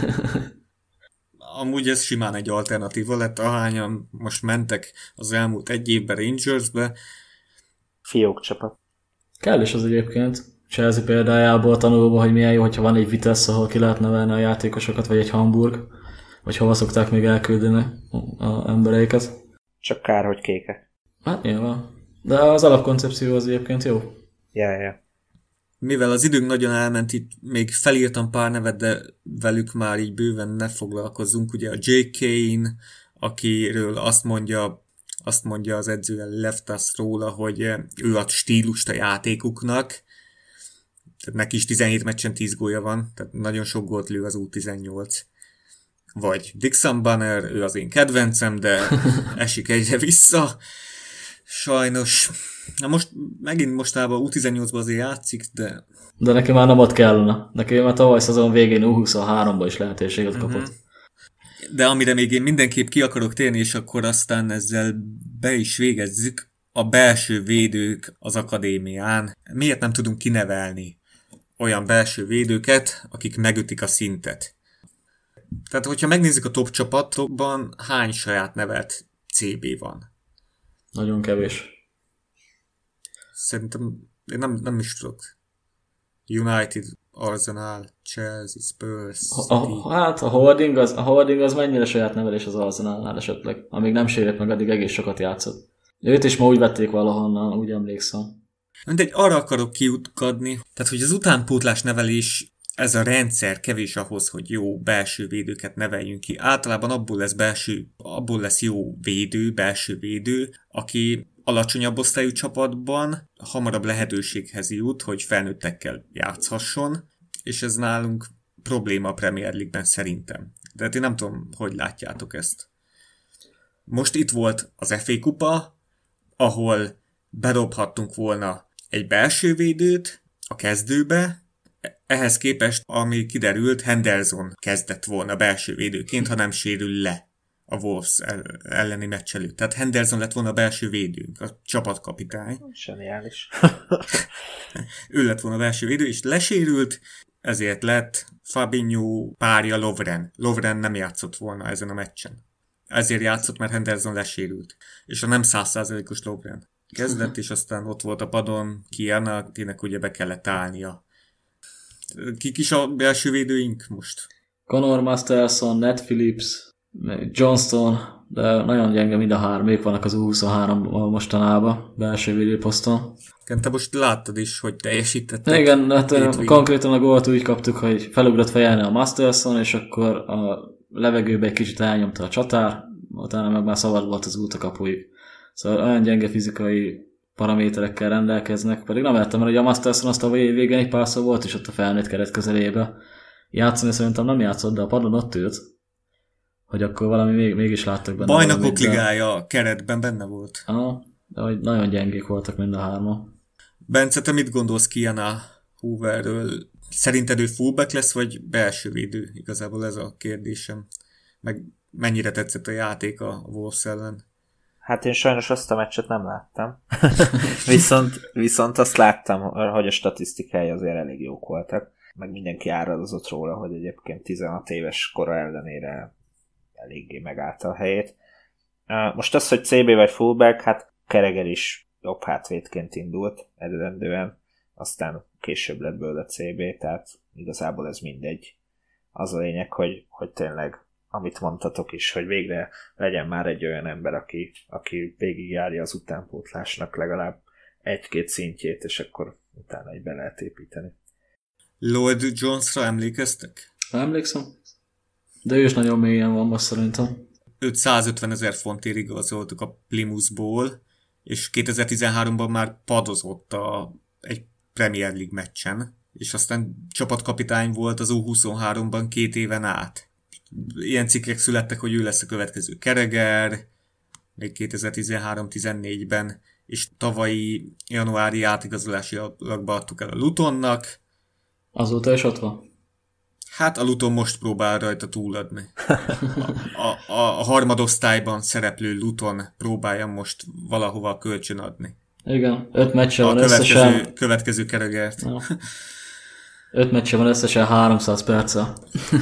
Amúgy ez simán egy alternatíva lett, ahányan most mentek az elmúlt egy évben Rangersbe. Fiók csapat. Kell is az egyébként. Chelsea példájából tanulva, hogy milyen jó, hogyha van egy Vitesse, ahol ki lehet nevelni a játékosokat, vagy egy Hamburg, vagy hova szokták még elküldeni az embereiket. Csak kár, hogy kékek. Hát nyilván. De az alapkoncepció az egyébként jó. Ja. Mivel az időnk nagyon elment, itt még felírtam pár nevet, de velük már így bőven ne foglalkozzunk. Ugye a Jake Kane, akiről azt mondja az edző Leftas róla, hogy ő ad stílust a játékuknak. Tehát neki is 17 meccsen 10 gólja van, tehát nagyon sok gólt lő az U18. Vagy Dixon Banner, ő az én kedvencem, de esik egyre vissza. Sajnos. Na most megint mostában U18-ban azért játszik, de... De neki már nem ott kellene. Neki már tavaly szezon végén U23-ban is lehetőséget kapott. De amire még én mindenképp ki akarok térni, és akkor aztán ezzel be is végezzük, a belső védők az akadémián. Miért nem tudunk kinevelni olyan belső védőket, akik megütik a szintet? Tehát, hogyha megnézzük a top csapatokban, hány saját nevelt CB van? Nagyon kevés. Szerintem én nem is tudok. United, Arsenal, Chelsea, Spurs, City. Hát a holding az mennyire saját nevelés az Arsenalnál esetleg. Amíg nem sérült meg, addig egész sokat játszott. Őt is ma úgy vették valahonnan, úgy emlékszem. Mindegy, arra akarok kiutkadni, tehát hogy az utánpótlás nevelés, ez a rendszer kevés ahhoz, hogy jó belső védőket neveljünk ki. Általában abból lesz jó védő, belső védő, aki alacsonyabb osztályú csapatban hamarabb lehetőséghez jut, hogy felnőttekkel játszhasson, és ez nálunk probléma a Premier League-ben szerintem. De hát én nem tudom, hogy látjátok ezt. Most itt volt az FA kupa, ahol bedobhattunk volna egy belső védőt a kezdőbe, ehhez képest, ami kiderült, Henderson kezdett volna belső védőként, ha nem sérül le a Wolves elleni meccs előtt. Tehát Henderson lett volna a belső védőnk, a csapatkapitány. Zseniális. Ő lett volna a belső védő, és lesérült, ezért lett Fabinho párja Lovren. Lovren nem játszott volna ezen a meccsen. Ezért játszott, mert Henderson lesérült. És a nem 100%-os Lovren kezdett, és aztán ott volt a padon Kiana, akinek ugye be kellett állnia. Kik is a belső védőink most? Conor Masterson, Ned Phillips, Johnston, de nagyon gyenge mind a három. Ők vannak az U23 mostanában, belső védőposzton. Te most láttad is, hogy teljesítettek. Igen, hát konkrétan a gólt úgy kaptuk, hogy felugrott fejelni a Masterson, és akkor a levegőbe egy kicsit elnyomta a csatár, utána meg már szabad volt az út a kapuig. Szóval olyan gyenge fizikai paraméterekkel rendelkeznek, pedig nem láttam, mert ugye a Masterson azt a végén egy párszor volt is ott a felnőtt keret közelébe. Játszani szerintem nem játszott, de a padon ott ült, hogy akkor valami mégis láttak benne. Bajnokok ligája a keretben benne volt. De hogy nagyon gyengék voltak mind a hárman. Bence, te mit gondolsz Kiana Hooverről? Szerinted ő fullback lesz, vagy belső védő? Igazából ez a kérdésem. Meg mennyire tetszett a játék a Wolves ellen? Hát én sajnos azt a meccset nem láttam. viszont azt láttam, hogy a statisztikai azért elég jók voltak. Meg mindenki áradozott róla, hogy egyébként 16 éves kora ellenére eléggé megállta a helyét. Most az, hogy CB vagy fullback, hát Kereger is jobb hátvédként indult eredendően, aztán később lett belőle CB, tehát igazából ez mindegy. Az a lényeg, hogy tényleg, amit mondtatok is, hogy végre legyen már egy olyan ember, aki végigjárja az utánpótlásnak legalább egy-két szintjét, és akkor utána egy be lehet építeni. Lloyd Jonesra emlékeztek? Emlékszem. De ő is nagyon mélyen van most szerintem. Őt 150 000 fontért igazoltuk a Plymouthból, és 2013-ban már padozott egy Premier League meccsen, és aztán csapatkapitány volt az U23-ban 2 éven át. Ilyen cikkek születtek, hogy ő lesz a következő Kereger, még 2013-14-ben, és tavalyi januári átigazolási alapba adtuk el a Lutonnak. Azóta is ott van? Hát a Luton most próbál rajta túladni. A harmadosztályban szereplő Luton próbálja most valahova kölcsön adni. Igen, 5 meccse van összesen. Következő Keregert. Ja. 5 meccse van összesen 300 perccel.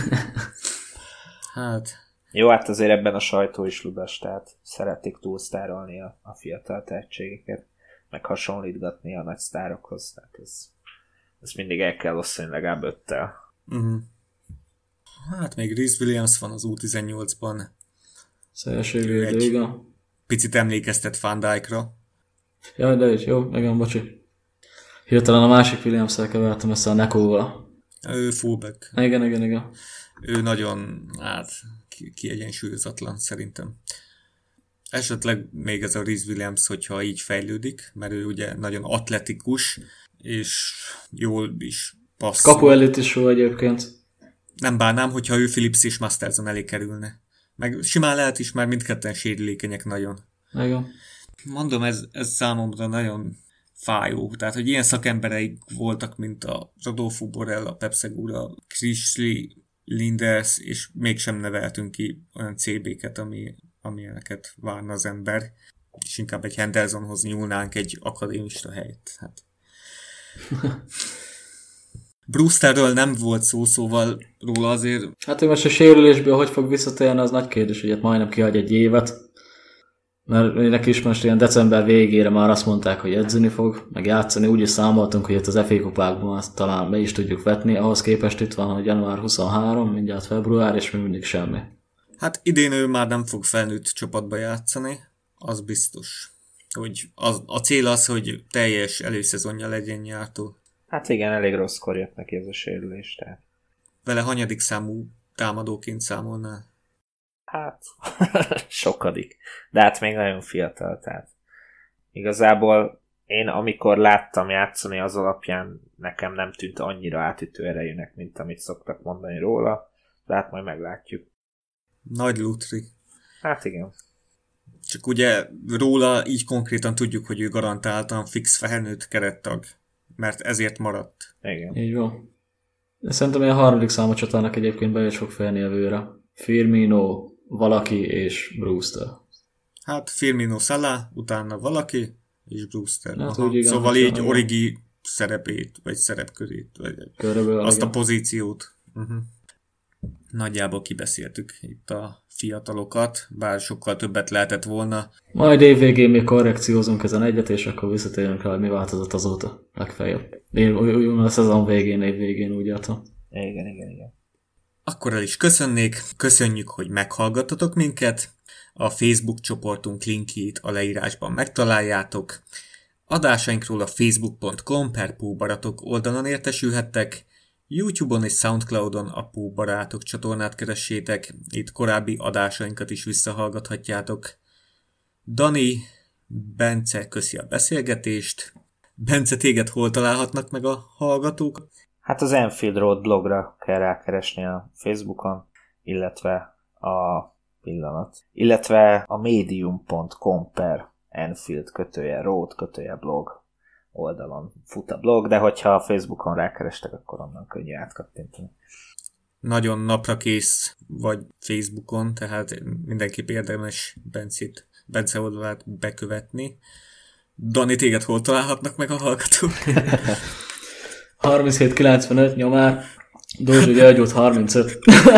Hát... Jó, hát azért ebben a sajtó is ludas, tehát szeretik túlsztárolni a fiatal tehetségeket, meg hasonlítgatni a nagy sztárokhoz, tehát ez mindig el kell osztani legalább 5-tel. Uh-huh. Hát még Rhys Williams van az U18-ban. Szélsővédő, igen. Picit emlékeztet Van Dijkra. Ja, de is jó, igen, bocsi. Hirtelen a másik Williams-szel kevertem össze a Nekóval. Ő fullback. Igen. Ő nagyon, kiegyensúlyozatlan szerintem. Esetleg még ez a Rhys Williams, hogyha így fejlődik, mert ő ugye nagyon atletikus, és jól is passzol. Kapu előtt is jó egyébként. Nem bánnám, hogyha ő Phillips és Masterson elé kerülne. Meg simán lehet is, már mindketten sérülékenyek nagyon. Igen. Mondom, ez számomra nagyon fájó. Tehát, hogy ilyen szakembereik voltak, mint a Rodolfo Borrell, a Pep Segura, Chrisley Linders, és mégsem neveltünk ki olyan CB-ket, amilyeneket várna az ember. És inkább egy Hendersonhoz nyúlnánk egy akadémista helyet. Hát. Brewsterről nem volt szó, szóval róla azért... Hát ő most a sérülésből hogy fog visszatérni, az nagy kérdés, hogy majdnem kihagy egy évet. Mert neki is most ilyen december végére már azt mondták, hogy edzeni fog, meg játszani. Úgy is számoltunk, hogy itt az FA kupákban azt talán be is tudjuk vetni. Ahhoz képest itt van, hogy január 23, mindjárt február, és még mindig semmi. Hát idén ő már nem fog felnőtt csapatba játszani, az biztos. Hogy a cél az, hogy teljes előszezonja legyen nyártól. Hát igen, elég rosszkor jött neki ez a sérülés, tehát. Vele hanyadik számú támadóként számolnál? Hát, sokadik. De hát még nagyon fiatal, tehát. Igazából én amikor láttam játszani, az alapján nekem nem tűnt annyira átütő erejűnek, mint amit szoktak mondani róla, de hát majd meglátjuk. Nagy lutri. Hát igen. Csak ugye róla így konkrétan tudjuk, hogy ő garantáltan fix felnőtt kerettag, mert ezért maradt. Igen. Így van. Szerintem a harmadik számú csatának egyébként be is fog felni előre. Firmino, valaki és Brewster. Hát Firmino, Salah, utána valaki és Brewster. Hát, szóval így Origi szerepét, vagy szerepkörét, vagy körülbelül azt igen. A pozíciót. Nagyjából kibeszéltük itt a fiatalokat, bár sokkal többet lehetett volna. Majd évvégén még korrekciózunk ezen egyet, és akkor visszatérünk rá, hogy mi változott azóta legfeljebb. Én a szezon végén, évvégén úgy értem. Igen. Akkor el is köszönjük, hogy meghallgattatok minket. A Facebook csoportunk linkjét a leírásban megtaláljátok. Adásainkról a facebook.com/Póbaratok oldalon értesülhettek. YouTube-on és Soundcloud-on a Póbarátok csatornát keressétek, itt korábbi adásainkat is visszahallgathatjátok. Dani, Bence, köszi a beszélgetést. Bence, téged hol találhatnak meg a hallgatók? Hát az Enfield Road blogra kell rákeresni a Facebookon, illetve a medium.com/Enfield_Road_blog oldalon fut a blog, de hogyha a Facebookon rákerestek, akkor onnan könnyű átkattintani. Nagyon naprakész vagy Facebookon, tehát mindenképp érdemes Bence oldalát bekövetni. Dani, téged hol találhatnak meg a hallgatók? 3795 nyomár, Dózsa Györgyút 35.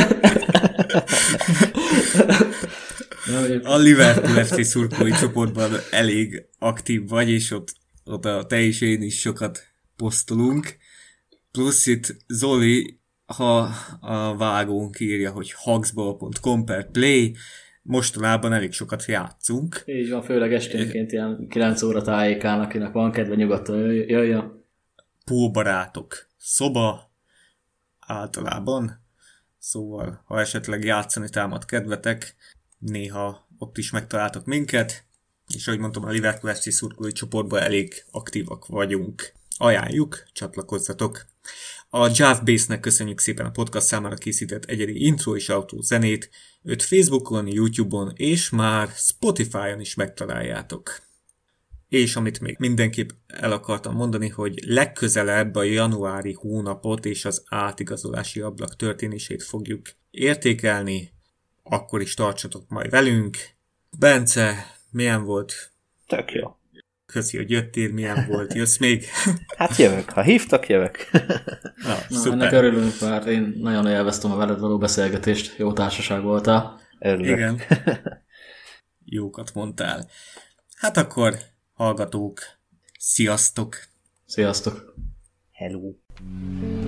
A Liverpool FC szurkolói csoportban elég aktív vagy, és ott te és én is sokat posztolunk. Plusz itt Zoli, ha a vágónk írja, hogy hugsball.com/play, mostanában elég sokat játszunk. Így van, főleg esténként ilyen 9 óra tájékán, akinek van kedve, nyugodtan jöjjön. Póbarátok szoba általában, szóval ha esetleg játszani támad kedvetek, néha ott is megtaláltok minket, és ahogy mondtam, a Liverpool FC szurkolói csoportban elég aktívak vagyunk. Ajánljuk, csatlakozzatok! A Jav Bass-nek köszönjük szépen a podcast számára készített egyedi intro és outro zenét, őt Facebookon, YouTube-on és már Spotify-on is megtaláljátok. És amit még mindenképp el akartam mondani, hogy legközelebb a januári hónapot és az átigazolási ablak történését fogjuk értékelni, akkor is tartsatok majd velünk. Bence, milyen volt? Tök jó. Köszi, hogy jöttél, milyen volt? Jössz még? Hát jövök, ha hívtak, jövök. Na, ennek örülünk, mert én nagyon élveztem a veled való beszélgetést, jó társaság voltál. Örülök. Igen. Jókat mondtál. Hát akkor, hallgatók, sziasztok! Sziasztok! Hello.